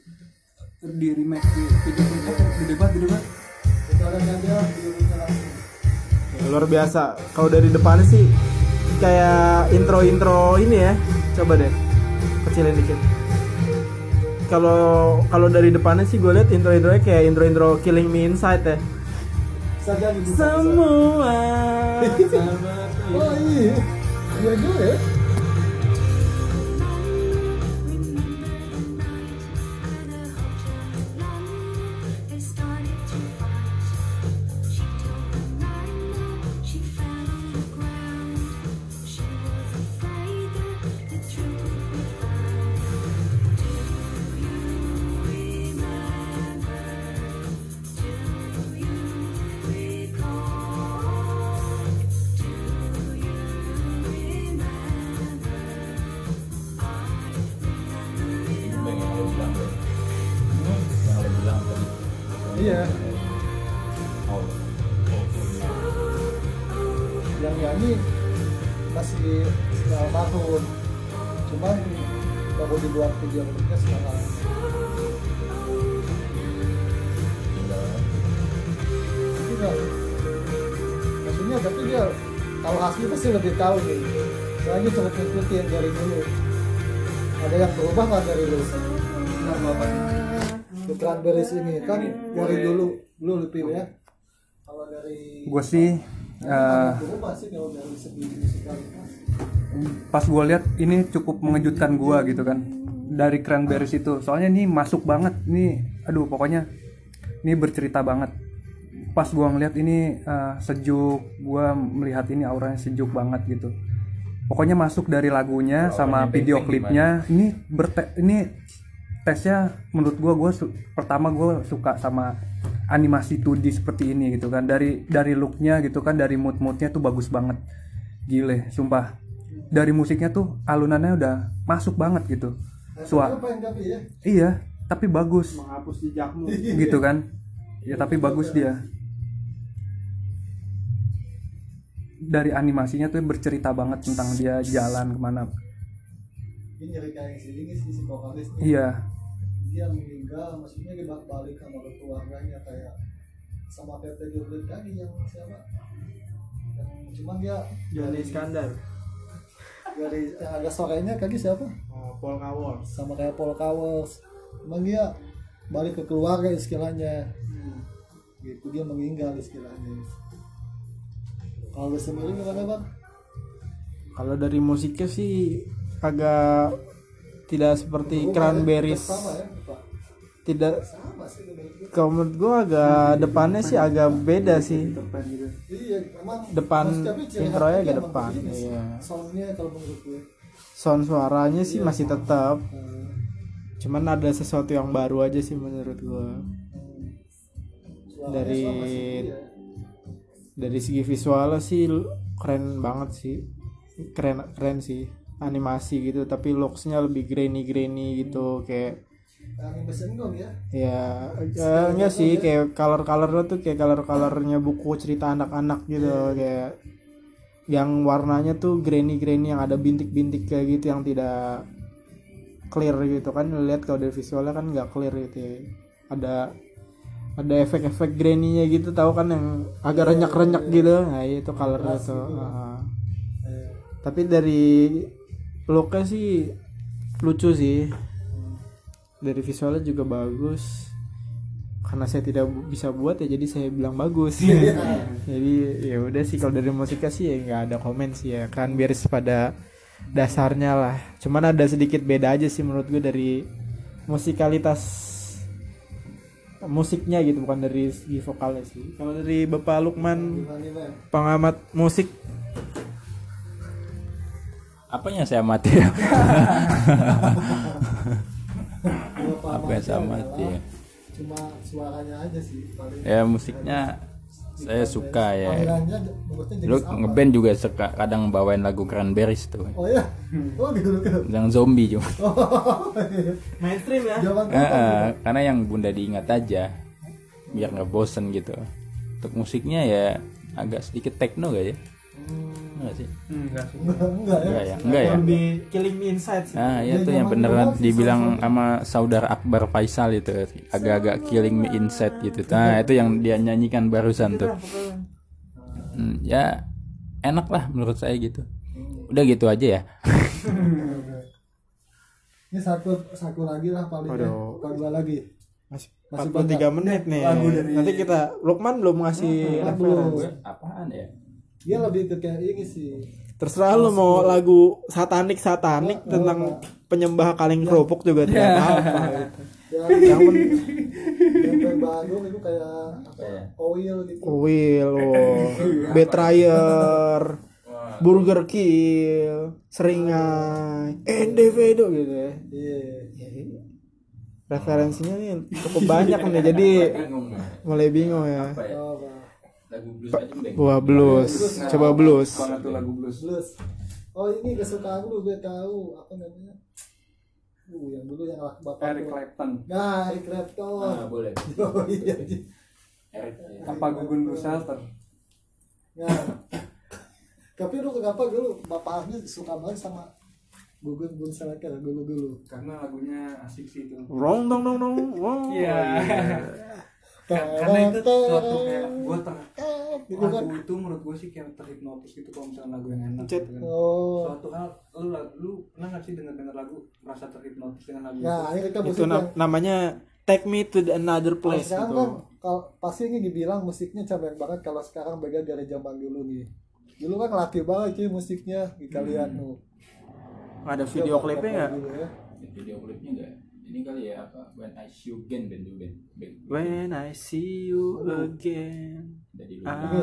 Speaker 3: di remake di video klipnya gede banget, gede banget.
Speaker 1: Kita lihat aja videonya langsung.
Speaker 2: Ya, luar biasa. Kalau dari depannya sih kayak intro-intro ini ya. Coba deh kecilin dikit. Kalau kalau dari depannya sih gue lihat intro-intronya kayak intro-intro Killing Me Inside ya.
Speaker 1: Bisa jadi bisa, bisa.
Speaker 2: Semua sama
Speaker 1: Oh iya, iya juga ya. Iya. si si almarhum. Cuman baru dibuat video klipnya sekarang. Tapi nggak, maksudnya tapi dia kalau Hasbi pasti lebih tahu nih. Soalnya cukup ngikutin dari dulu. Ada yang berubah nggak dari lu?
Speaker 3: Nah, apa nih?
Speaker 1: The Cranberries ini kan dari dulu dulu lebih ya. Kalau dari
Speaker 3: Gue sih eh,
Speaker 1: berubah sih kalau dari segi musikalitas.
Speaker 3: pas gue lihat ini cukup mengejutkan gue gitu kan dari Cranberries itu. Soalnya ini masuk banget nih. Aduh pokoknya ini bercerita banget. Pas gue ngeliat ini eh, sejuk, gue melihat ini auranya sejuk banget gitu. Pokoknya masuk dari lagunya sama video klipnya. Ini berte ini tesnya menurut gue gue su- pertama gue suka sama animasi dua D seperti ini gitu kan, dari dari looknya gitu kan, dari mood moodnya tuh bagus banget, gile sumpah. Dari musiknya tuh alunannya udah masuk banget gitu. Suara
Speaker 1: ya?
Speaker 3: iya tapi bagus
Speaker 2: Menghapus jejakmu.
Speaker 3: gitu kan ya, tapi bagus dia. Dari animasinya tuh bercerita banget tentang dia jalan kemana.
Speaker 1: Ini nyari kayak si ini si si vokalis nih.
Speaker 3: Iya
Speaker 1: Dia meninggal, maksudnya dia balik sama keluarganya kayak sama Pepe Dublet tadi yang siapa? Yang cuman dia
Speaker 2: Johnny Iskandar.
Speaker 1: dari yang agak sorenya kaki siapa?
Speaker 2: Oh, Paul Cowers.
Speaker 1: Sama kayak Paul Cowers. Emang dia balik ke keluarga istilahnya. Gitu dia meninggal istilahnya. Kalau lu sendiri gimana bang?
Speaker 2: Kalau dari musiknya sih agak tidak seperti Cranberries.
Speaker 1: Sama ya, Pak?
Speaker 2: Tidak,
Speaker 1: Sama sih menurut gue.
Speaker 2: kalau menurut gua agak depannya sih agak beda sih.
Speaker 1: Iya, emang
Speaker 2: Depan
Speaker 1: maksudnya tapi ciri
Speaker 2: intronya
Speaker 1: khasnya
Speaker 2: agak
Speaker 1: emang
Speaker 2: depan,
Speaker 1: begini sih.
Speaker 2: iya.
Speaker 1: Soundnya kalau menurut gue.
Speaker 2: Sound suaranya sih masih tetap,
Speaker 1: Hmm.
Speaker 2: cuman ada sesuatu yang baru aja sih menurut gua.
Speaker 1: Suaranya
Speaker 2: Dari
Speaker 1: sama sih, iya.
Speaker 2: dari segi visualnya sih keren banget sih, keren keren sih animasi gitu, tapi looksnya lebih grainy grainy gitu kayak
Speaker 1: Angin Besenggong ya.
Speaker 2: ya eh, enggak sih kayak color colornya tuh kayak color colornya buku cerita anak-anak gitu, kayak yang warnanya tuh grainy grainy yang ada bintik-bintik kayak gitu yang tidak clear gitu kan. Lihat kalau dari visualnya kan nggak clear gitu ya. ada ada efek-efek grainy-nya gitu, tahu kan yang agak renyak-renyak gitu. Nah itu colornya tuh. Ah. Tapi dari looknya sih lucu sih, dari visualnya juga bagus. Karena saya tidak bu- bisa buat ya, jadi saya bilang bagus. Jadi ya udah sih, kalau dari musiknya sih ya nggak ada komen sih ya, kan beres pada dasarnya lah. Cuman ada sedikit beda aja sih menurut gue dari musikalitas musiknya gitu, bukan dari segi vokalnya sih. Kalau dari Bapak Lukman, pengamat musik,
Speaker 4: Apanya saya mati ya? Apa yang saya mati ya?
Speaker 1: Cuma suaranya aja sih paling.
Speaker 4: Ya musiknya saya suka ya.
Speaker 1: Panggilannya menurutnya jenis
Speaker 4: Lu
Speaker 1: apa?
Speaker 4: ngeband juga suka kadang bawain lagu Cranberries tuh.
Speaker 1: Oh iya. Oh gitu gitu.
Speaker 4: Yang zombie juga.
Speaker 1: Oh iya.
Speaker 2: mainstream ya.
Speaker 1: Zaman
Speaker 4: Eh, eh, karena yang Bunda diingat aja biar nggak bosen gitu. Untuk musiknya ya agak sedikit techno gak ya? Enggak sih?
Speaker 3: enggak sih.
Speaker 1: enggak ya.
Speaker 4: Enggak ya? Enggak ya?
Speaker 2: Lebih killing me inside sih.
Speaker 4: Nah, ya
Speaker 1: Ya,
Speaker 4: tuh yang
Speaker 1: zaman
Speaker 4: beneran
Speaker 1: dulu sih
Speaker 4: dibilang
Speaker 1: sama-sama.
Speaker 4: sama saudara Akbar Faisal itu, agak-agak killing me inside gitu. Nah, itu yang dia nyanyikan barusan tuh. Hmm, ya enak lah menurut saya gitu. Udah gitu aja ya.
Speaker 1: Ini satu satu lagi lah paling ya.
Speaker 2: Waduh.
Speaker 1: Kalau dua lagi.
Speaker 2: Masih
Speaker 1: Masih
Speaker 2: empat puluh tiga
Speaker 1: banyak
Speaker 2: menit nih.
Speaker 1: lagu dari-
Speaker 2: Nanti kita Lukman belum ngasih
Speaker 1: Lukman
Speaker 2: referensi.
Speaker 1: belum.
Speaker 4: Apaan ya?
Speaker 1: Dia lebih ke kayak ini sih.
Speaker 2: Terserah lu mau lagu satanik satanik tentang penyembah kaleng kerupuk juga tidak apa-apa gitu.
Speaker 1: Yang
Speaker 2: Yang pen-
Speaker 1: yang terbaru itu kayak apa ya? Oil gitu.
Speaker 2: Will, oh, Betrayer, Burger Kill, Seringai, Endevedo gitu ya.
Speaker 1: Iya.
Speaker 2: Referensinya nih cukup banyak nih, jadi mulai bingung ya.
Speaker 4: Apa ya?
Speaker 1: Oh, Pak.
Speaker 4: Lagu blues aja udah.
Speaker 2: Wah blues, coba blues.
Speaker 3: Mana tuh lagu blues?
Speaker 1: Blues. Oh ini kesukaan lu gue tahu apa namanya? Uh yang dulu yang bapak
Speaker 3: Eric
Speaker 1: gua.
Speaker 3: Clapton.
Speaker 1: Nah Eric Clapton.
Speaker 4: Ah, boleh.
Speaker 1: Oh iya.
Speaker 4: Eric, ya.
Speaker 3: Apa Gugun Blue Shelter?
Speaker 1: Nah Tapi lu kenapa dulu bapaknya suka banget sama Gugun Gun Selekar dulu-dulu?
Speaker 3: Karena lagunya asik sih itu.
Speaker 2: Rong dong dong dong. Wow.
Speaker 3: Iya. Karena itu suatu kayak gue tengah
Speaker 1: Gitu kan?
Speaker 3: lagu itu menurut gue sih kayak terhipnotis gitu kalau misalnya lagu yang enak
Speaker 2: Cet.
Speaker 3: gitu kan.
Speaker 1: Oh.
Speaker 3: Suatu hal lu lu pernah nggak sih denger denger lagu merasa terhipnotis dengan lagu
Speaker 1: Nah,
Speaker 3: itu?
Speaker 1: ini kita
Speaker 2: Itu
Speaker 1: musik
Speaker 2: na-
Speaker 1: yang
Speaker 2: namanya Take Me to the Another
Speaker 1: kalau
Speaker 2: Place
Speaker 1: sekarang
Speaker 2: gitu.
Speaker 1: kan kalau pasti ini dibilang musiknya capek banget kalau sekarang beda dari zaman dulu nih. Dulu kan latih banget cuy musiknya di kalian tuh.
Speaker 2: Ada video klipnya nggak?
Speaker 1: Dulu ya.
Speaker 4: Video klipnya enggak? Ini kali ya apa? When I See You Again band band. band.
Speaker 2: When I see you again.
Speaker 4: Dari
Speaker 2: Ah.
Speaker 4: dulu.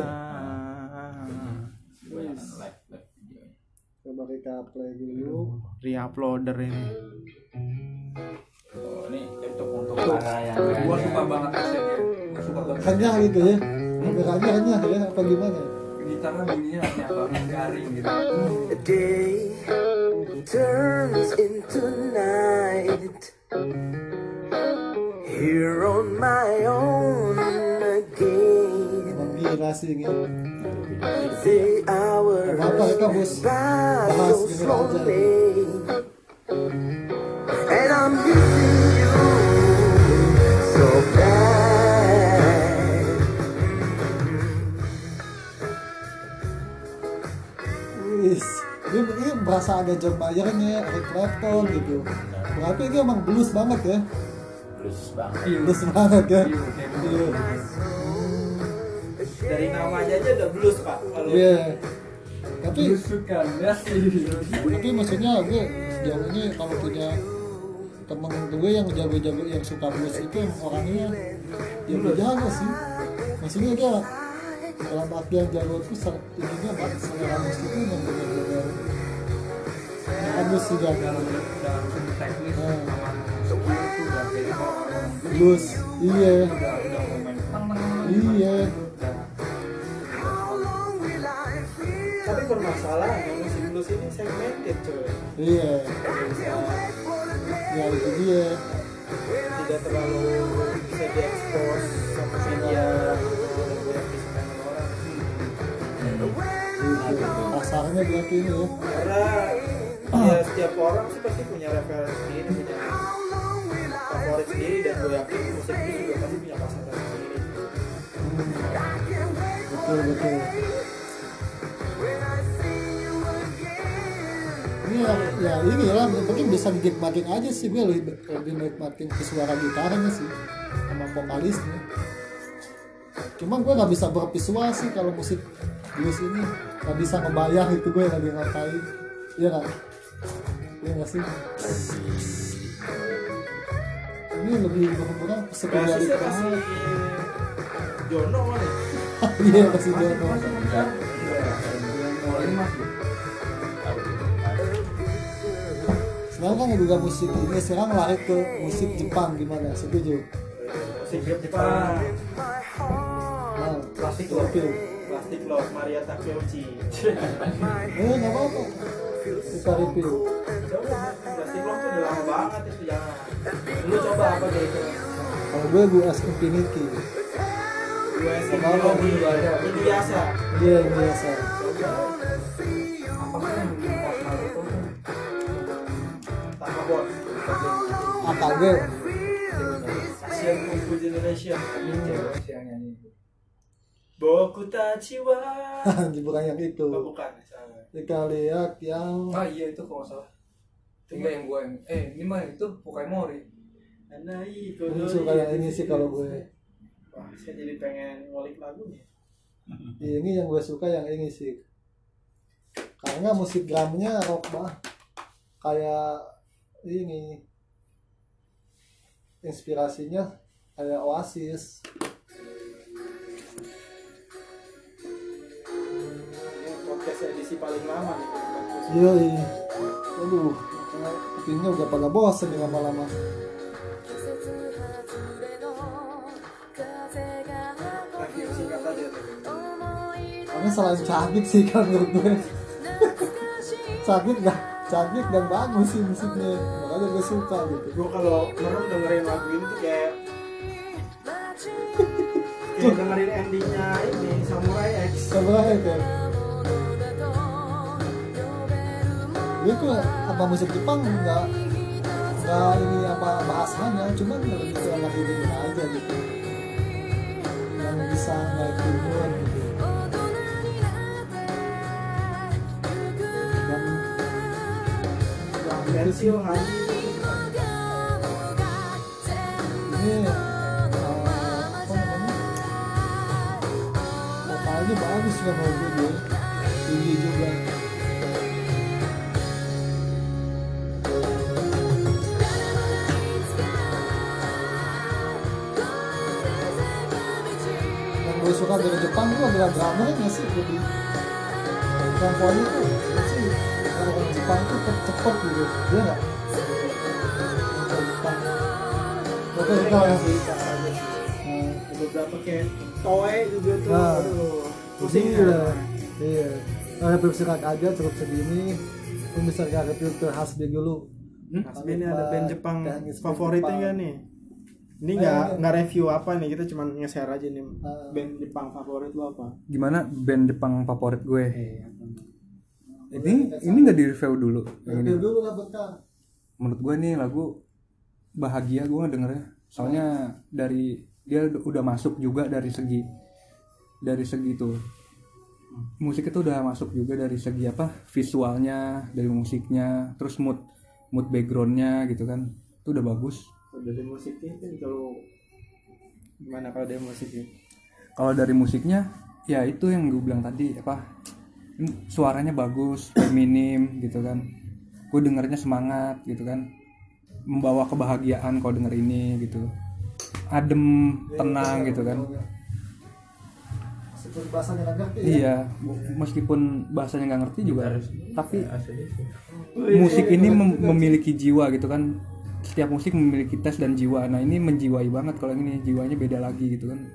Speaker 4: Banyak live live video.
Speaker 1: Coba kita play dulu.
Speaker 2: Re-uploader ini.
Speaker 4: Oh, ini untuk untuk para yang
Speaker 3: Gue suka banget asetnya. Gue suka banget.
Speaker 1: Renyah gitu ya. Renyah renyah ya apa gimana?
Speaker 3: Gitarnya bunyinya renyah banget, garing gitu.
Speaker 7: A day turns into night. Here on my own again.
Speaker 1: Emang gila sih ini.
Speaker 7: The hours
Speaker 1: Apa kita bos
Speaker 7: pass
Speaker 1: bahas
Speaker 7: so
Speaker 1: gini aja.
Speaker 7: slowly, and I'm missing you so bad.
Speaker 1: Wis, ini, ini berasa ada John Mayer-nya, Eric Clapton gitu. Berarti ini emang blues banget ya,
Speaker 4: blues banget.
Speaker 1: blues banget ya.
Speaker 3: Iya, kayak gitu.
Speaker 1: Iya,
Speaker 2: Dari namanya aja udah blues pak. Kalau
Speaker 1: iya. Tapi,
Speaker 3: Blusukan ya sih.
Speaker 1: tapi maksudnya gue sejauh ini kalau punya temen gue yang jago-jago yang suka blues itu orangnya jago-jago sih. Maksudnya dia dalam artian jago itu ser- ininya banget selera musiknya yang benar-benar bagus sih dia.
Speaker 3: Dalam dalam segi teknis
Speaker 1: Nah.
Speaker 3: sama skill itu udah beda orang.
Speaker 1: Blues, iya,
Speaker 3: Udah udah mau main tang tang tang.
Speaker 1: iya.
Speaker 3: Udah.
Speaker 2: tapi permasalahannya musik blues ini segmented coy.
Speaker 1: Iya, ya itu dia.
Speaker 2: Tidak terlalu bisa diekspos sama media dan yang disukai orang.
Speaker 1: Pasarnya berarti ini ya.
Speaker 2: Karena ya setiap orang sih pasti punya referensi sendiri, punya favorit sendiri, dan gue yakin musik ini juga pasti punya pasaran sendiri.
Speaker 1: Betul betul. Ini ya, ya ini lah, mungkin bisa nikmatin aja sih, gue lebih lebih nikmatin ke suara gitarnya sih sama vokalisnya. Cuma gue nggak bisa bervisual sih kalau musik blues ini, nggak bisa ngebayang itu gue lagi ngapain, iya nggak? Iya nggak sih? Ini lebih berhubungan
Speaker 2: Basisnya
Speaker 1: psikologi.
Speaker 2: masih Jono kan ya?
Speaker 1: Iya masih Jono.
Speaker 3: Mulai mas.
Speaker 1: Sekarang kan juga musik ini sekarang lari ke musik Jepang, gimana? Setuju?
Speaker 2: Musik Jepang,
Speaker 1: Nah,
Speaker 2: Plastic
Speaker 1: oke.
Speaker 2: Love, Plastic Love, Maria Takeuchi.
Speaker 1: Eh nggak apa-apa. Kita review.
Speaker 2: Coba, Plastic Love tuh udah lama banget itu, jangan. Lu coba apa kayak itu?
Speaker 1: Kalau gue U S Infinity.
Speaker 2: U S
Speaker 1: Apa apa
Speaker 2: ini
Speaker 1: juga ada.
Speaker 2: ini biasa.
Speaker 1: Dia yang biasa.
Speaker 3: Apa sih yang bikin pas hal itu?
Speaker 2: Tanpa bot.
Speaker 1: A K G.
Speaker 2: Asian Kung Fu Generation.
Speaker 3: Cewek sih yang nyanyi.
Speaker 2: Boku Tachi wa.
Speaker 1: Bukan yang itu.
Speaker 2: Oh, bukan, salah.
Speaker 1: Kita lihat yang
Speaker 3: Ah iya itu kalau nggak salah. Tinggal yang gue yang eh ini mah itu Pokai Mori.
Speaker 2: Anai,
Speaker 1: Gue suka yang ini sih kalau gue.
Speaker 2: Wah, saya jadi pengen ngulik lagunya.
Speaker 1: Ini yang gue suka yang ini sih. Karena musik drumnya rock banget. Kayak ini. Inspirasinya kayak Oasis.
Speaker 2: Ini podcast edisi paling lama nih.
Speaker 1: Iya, iya. Aduh, kupingnya udah pada bosen nih lama-lama.
Speaker 2: Review singkat aja tuh.
Speaker 1: Karena selain sakit sih kan menurut gue. Sakit gak? Sakit dan bagus sih musiknya. Makanya gue suka gitu.
Speaker 2: Gue kalau merem dengerin lagu ini tuh kayak kayak dengerin endingnya ini Samurai X.
Speaker 1: Sebenarnya kan. gue kok apa musik Jepang nggak nggak ini apa bahasanya, cuman lebih ke enak ini aja gitu, yang bisa ngaitin mood gitu. Dan yang
Speaker 2: Versio Hani
Speaker 1: ini uh, apa namanya, vokalnya bagus juga menurut gue, tinggi juga. Yang gue suka dari Jepang itu adalah drummernya sih, lebih temponya tuh sih kalau orang Jepang tuh cepet gitu, dia nggak kalau Jepang. Oke, kita ya.
Speaker 2: Ada beberapa kayak Toe juga tuh.
Speaker 1: Nah,
Speaker 2: Aduh, pusing
Speaker 1: iya,
Speaker 2: ya.
Speaker 1: iya. Nah, review singkat aja cukup segini. Lu bisa nggak review ke Hasbi dulu?
Speaker 2: Hasbi ini ada band Jepang
Speaker 1: Teknis band
Speaker 2: favoritnya
Speaker 1: Jepang.
Speaker 2: nggak nih? Ini nggak
Speaker 1: Eh,
Speaker 2: nggak review apa nih, kita cuma nge-share aja nih
Speaker 1: Eh.
Speaker 2: band Jepang favorit lo apa?
Speaker 3: Gimana band Jepang favorit gue?
Speaker 2: Eh,
Speaker 3: Ini ini nggak di review dulu. Yang ini.
Speaker 1: Review dulu lah bentar.
Speaker 3: Menurut gue nih lagu bahagia gue dengernya. Soalnya dari dia udah masuk juga dari segi dari segi tuh musik itu udah masuk juga dari segi apa visualnya, dari musiknya, terus mood mood backgroundnya gitu kan, itu udah bagus.
Speaker 2: Kalau dari musiknya kan kalau gimana kalau dari musiknya?
Speaker 3: Kalau dari musiknya ya itu yang gue bilang tadi apa, suaranya bagus, feminim gitu kan, gue dengernya semangat gitu kan, membawa kebahagiaan kalau denger ini gitu, adem, tenang gitu kan.
Speaker 1: Meskipun bahasanya nggak ngerti ya.
Speaker 3: Iya, meskipun bahasanya nggak ngerti juga, tapi musik ini mem- memiliki jiwa gitu kan. Setiap musik memiliki tes dan jiwa. Nah ini menjiwai banget, kalau yang ini jiwanya beda lagi gitu kan.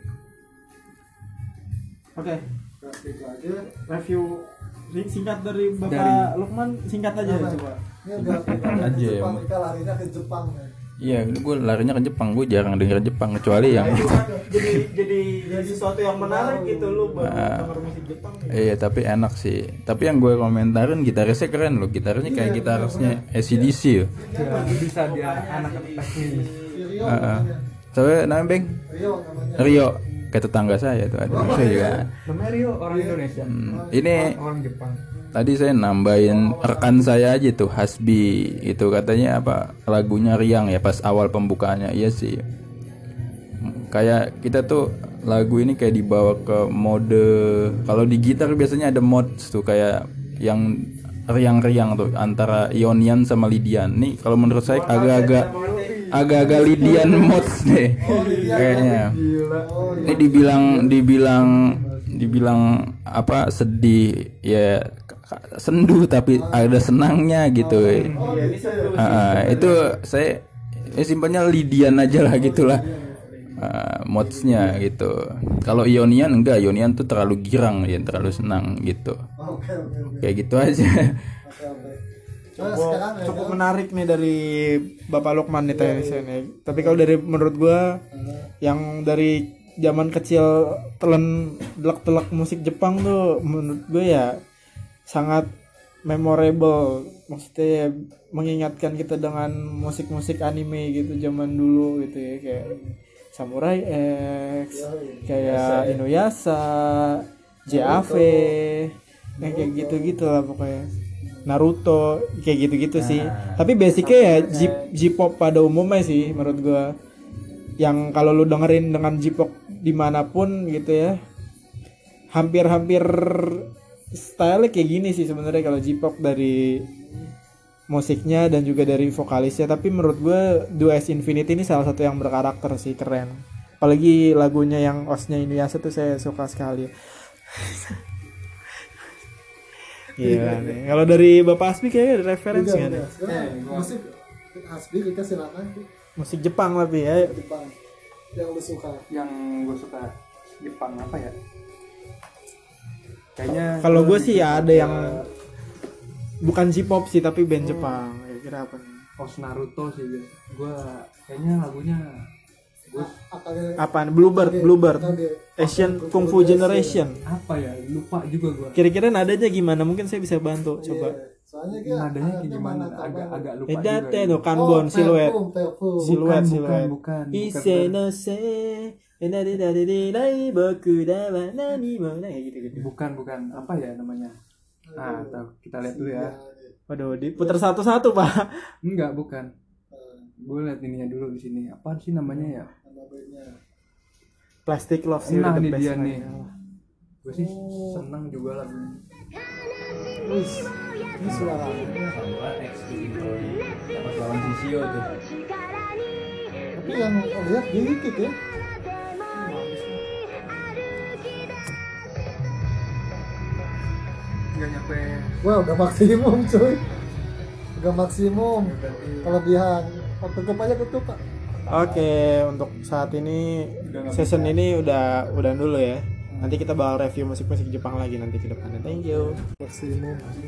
Speaker 2: Oke,
Speaker 1: Terus gitu aja.
Speaker 2: review singkat dari Bapak
Speaker 3: Dari-
Speaker 2: Lukman, singkat aja
Speaker 1: Apa?
Speaker 2: coba.
Speaker 1: Ini udah
Speaker 4: Aja
Speaker 1: ke
Speaker 4: ya,
Speaker 1: Jepang,
Speaker 4: Bang.
Speaker 1: kita larinya ke Jepang ya.
Speaker 4: Iya, gue larinya ke Jepang. Gue jarang denger Jepang kecuali yang
Speaker 2: jadi jadi jadi sesuatu yang menarik gitu lu baru denger musik Jepang. Ya.
Speaker 4: iya, tapi enak sih. Tapi yang gue komentarin gitarisnya keren loh. Gitarisnya kayak gitarisnya A C D C ya.
Speaker 3: Ya, bisa dia anak teknis.
Speaker 1: Si Rio
Speaker 4: Heeh.
Speaker 1: namanya.
Speaker 4: Soalnya namanya Beng
Speaker 1: Rio namanya.
Speaker 4: Rio, kayak tetangga saya tuh ada. Saya juga.
Speaker 3: Namanya Rio, orang Indonesia.
Speaker 4: Hmm, ini
Speaker 3: Orang Jepang.
Speaker 4: tadi saya nambahin rekan saya aja tuh Hasbi itu katanya apa lagunya riang ya pas awal pembukaannya. Iya sih, kayak kita tuh lagu ini kayak dibawa ke mode, kalau di gitar biasanya ada mods tuh kayak yang riang-riang tuh antara Ionian sama Lydian. Nih kalau menurut saya agak-agak agak-agak Lydian mods deh kayaknya. Ini dibilang dibilang dibilang apa sedih ya, sendu tapi ada senangnya gitu. Ah, itu saya ya simpelnya Lydian aja lah gitulah. Uh, modsnya gitu. Kalau Ionian enggak, Ionian tuh terlalu girang ya, terlalu senang gitu.
Speaker 1: Oke oke oke.
Speaker 4: Kayak gitu aja.
Speaker 1: Oke oke. Nah,
Speaker 2: Cukup,
Speaker 1: sekarang ya,
Speaker 2: cukup
Speaker 1: kan?
Speaker 2: menarik nih dari Bapak Lukman nih teknisnya nih. Tapi kalau dari menurut gua yang dari zaman kecil telan telak-telak musik Jepang tuh menurut gue ya sangat memorable, maksudnya mengingatkan kita dengan musik-musik anime gitu zaman dulu gitu ya, kayak Samurai X, kayak Inuyasha, J A V, yang kayak gitu-gitu lah pokoknya. Naruto kayak gitu-gitu sih. Tapi basicnya ya J- J-pop pada umumnya sih menurut gua. Yang kalau lu dengerin dengan J-pop dimanapun gitu ya, hampir-hampir style kayak gini sih sebenarnya kalau J-pop, dari musiknya dan juga dari vokalisnya. Tapi menurut gue Duo S Infinity ini salah satu yang berkarakter sih, keren. Apalagi lagunya yang osnya Inuyasha tuh saya suka sekali. Gila nih. Kalau dari Bapak Asbi kayaknya ada referensi
Speaker 1: Udah,
Speaker 2: nggak
Speaker 1: udah.
Speaker 2: nih?
Speaker 1: Sekarang musik Hasbi kita silakan tuh.
Speaker 2: Musik Jepang tapi ya.
Speaker 1: Jepang yang lu suka.
Speaker 3: Yang gue suka Jepang apa ya? Kayaknya
Speaker 2: Kalau gue sih ya ada yang bukan J-pop sih tapi band Jepang. Kira-kira apa nih?
Speaker 3: Os Naruto sih guys. Gue kayaknya lagunya gue
Speaker 1: Akage-
Speaker 2: Apaan? Bluebird,
Speaker 1: Akage-
Speaker 2: Bluebird.
Speaker 1: Akage-
Speaker 2: Asian Kung Fu Generation.
Speaker 3: apa ya? Lupa juga gue.
Speaker 2: Kira-kira nadanya gimana? Mungkin saya bisa bantu. Coba.
Speaker 1: Iya. Soalnya dia
Speaker 3: nadanya kayak
Speaker 1: alatnya
Speaker 3: gimana
Speaker 1: mana
Speaker 3: agak
Speaker 1: tahu.
Speaker 3: agak lupa
Speaker 2: Edate
Speaker 3: juga
Speaker 2: no
Speaker 3: ya.
Speaker 2: kanbon siluet.
Speaker 1: Perfum, perfum.
Speaker 2: Siluet,
Speaker 3: Bukan,
Speaker 2: siluet.
Speaker 3: bukan, bukan.
Speaker 2: Ise no se enari dari nai boku da wa nani mo na gitu gitu.
Speaker 3: bukan bukan apa ya namanya. Nah, tahu kita lihat dulu ya.
Speaker 2: Waduh, diputar satu-satu, Pak.
Speaker 3: Enggak, bukan. Gue lihat ininya dulu di sini. Apa sih namanya ya?
Speaker 1: Nama bandnya.
Speaker 2: Plastic Love sih
Speaker 3: Nah,
Speaker 2: udah the
Speaker 3: ini
Speaker 2: best
Speaker 3: dia
Speaker 2: lah.
Speaker 3: nih. Gue sih seneng juga lagunya.
Speaker 1: Wih, ini suaranya.
Speaker 4: Sama eksklusif dapat lawan Sisio tuh.
Speaker 1: Tapi yang lihat dikit ya.
Speaker 3: Nggak nyampe.
Speaker 1: Wah, udah maksimum cuy. Udah maksimum. Kelebihan. Oh, tutup aja tutup Pak.
Speaker 2: Oke, untuk saat ini season ini udah udah dulu ya. Nanti kita bakal review musik-musik Jepang lagi nanti ke depannya. Thank you.
Speaker 1: Maksimum.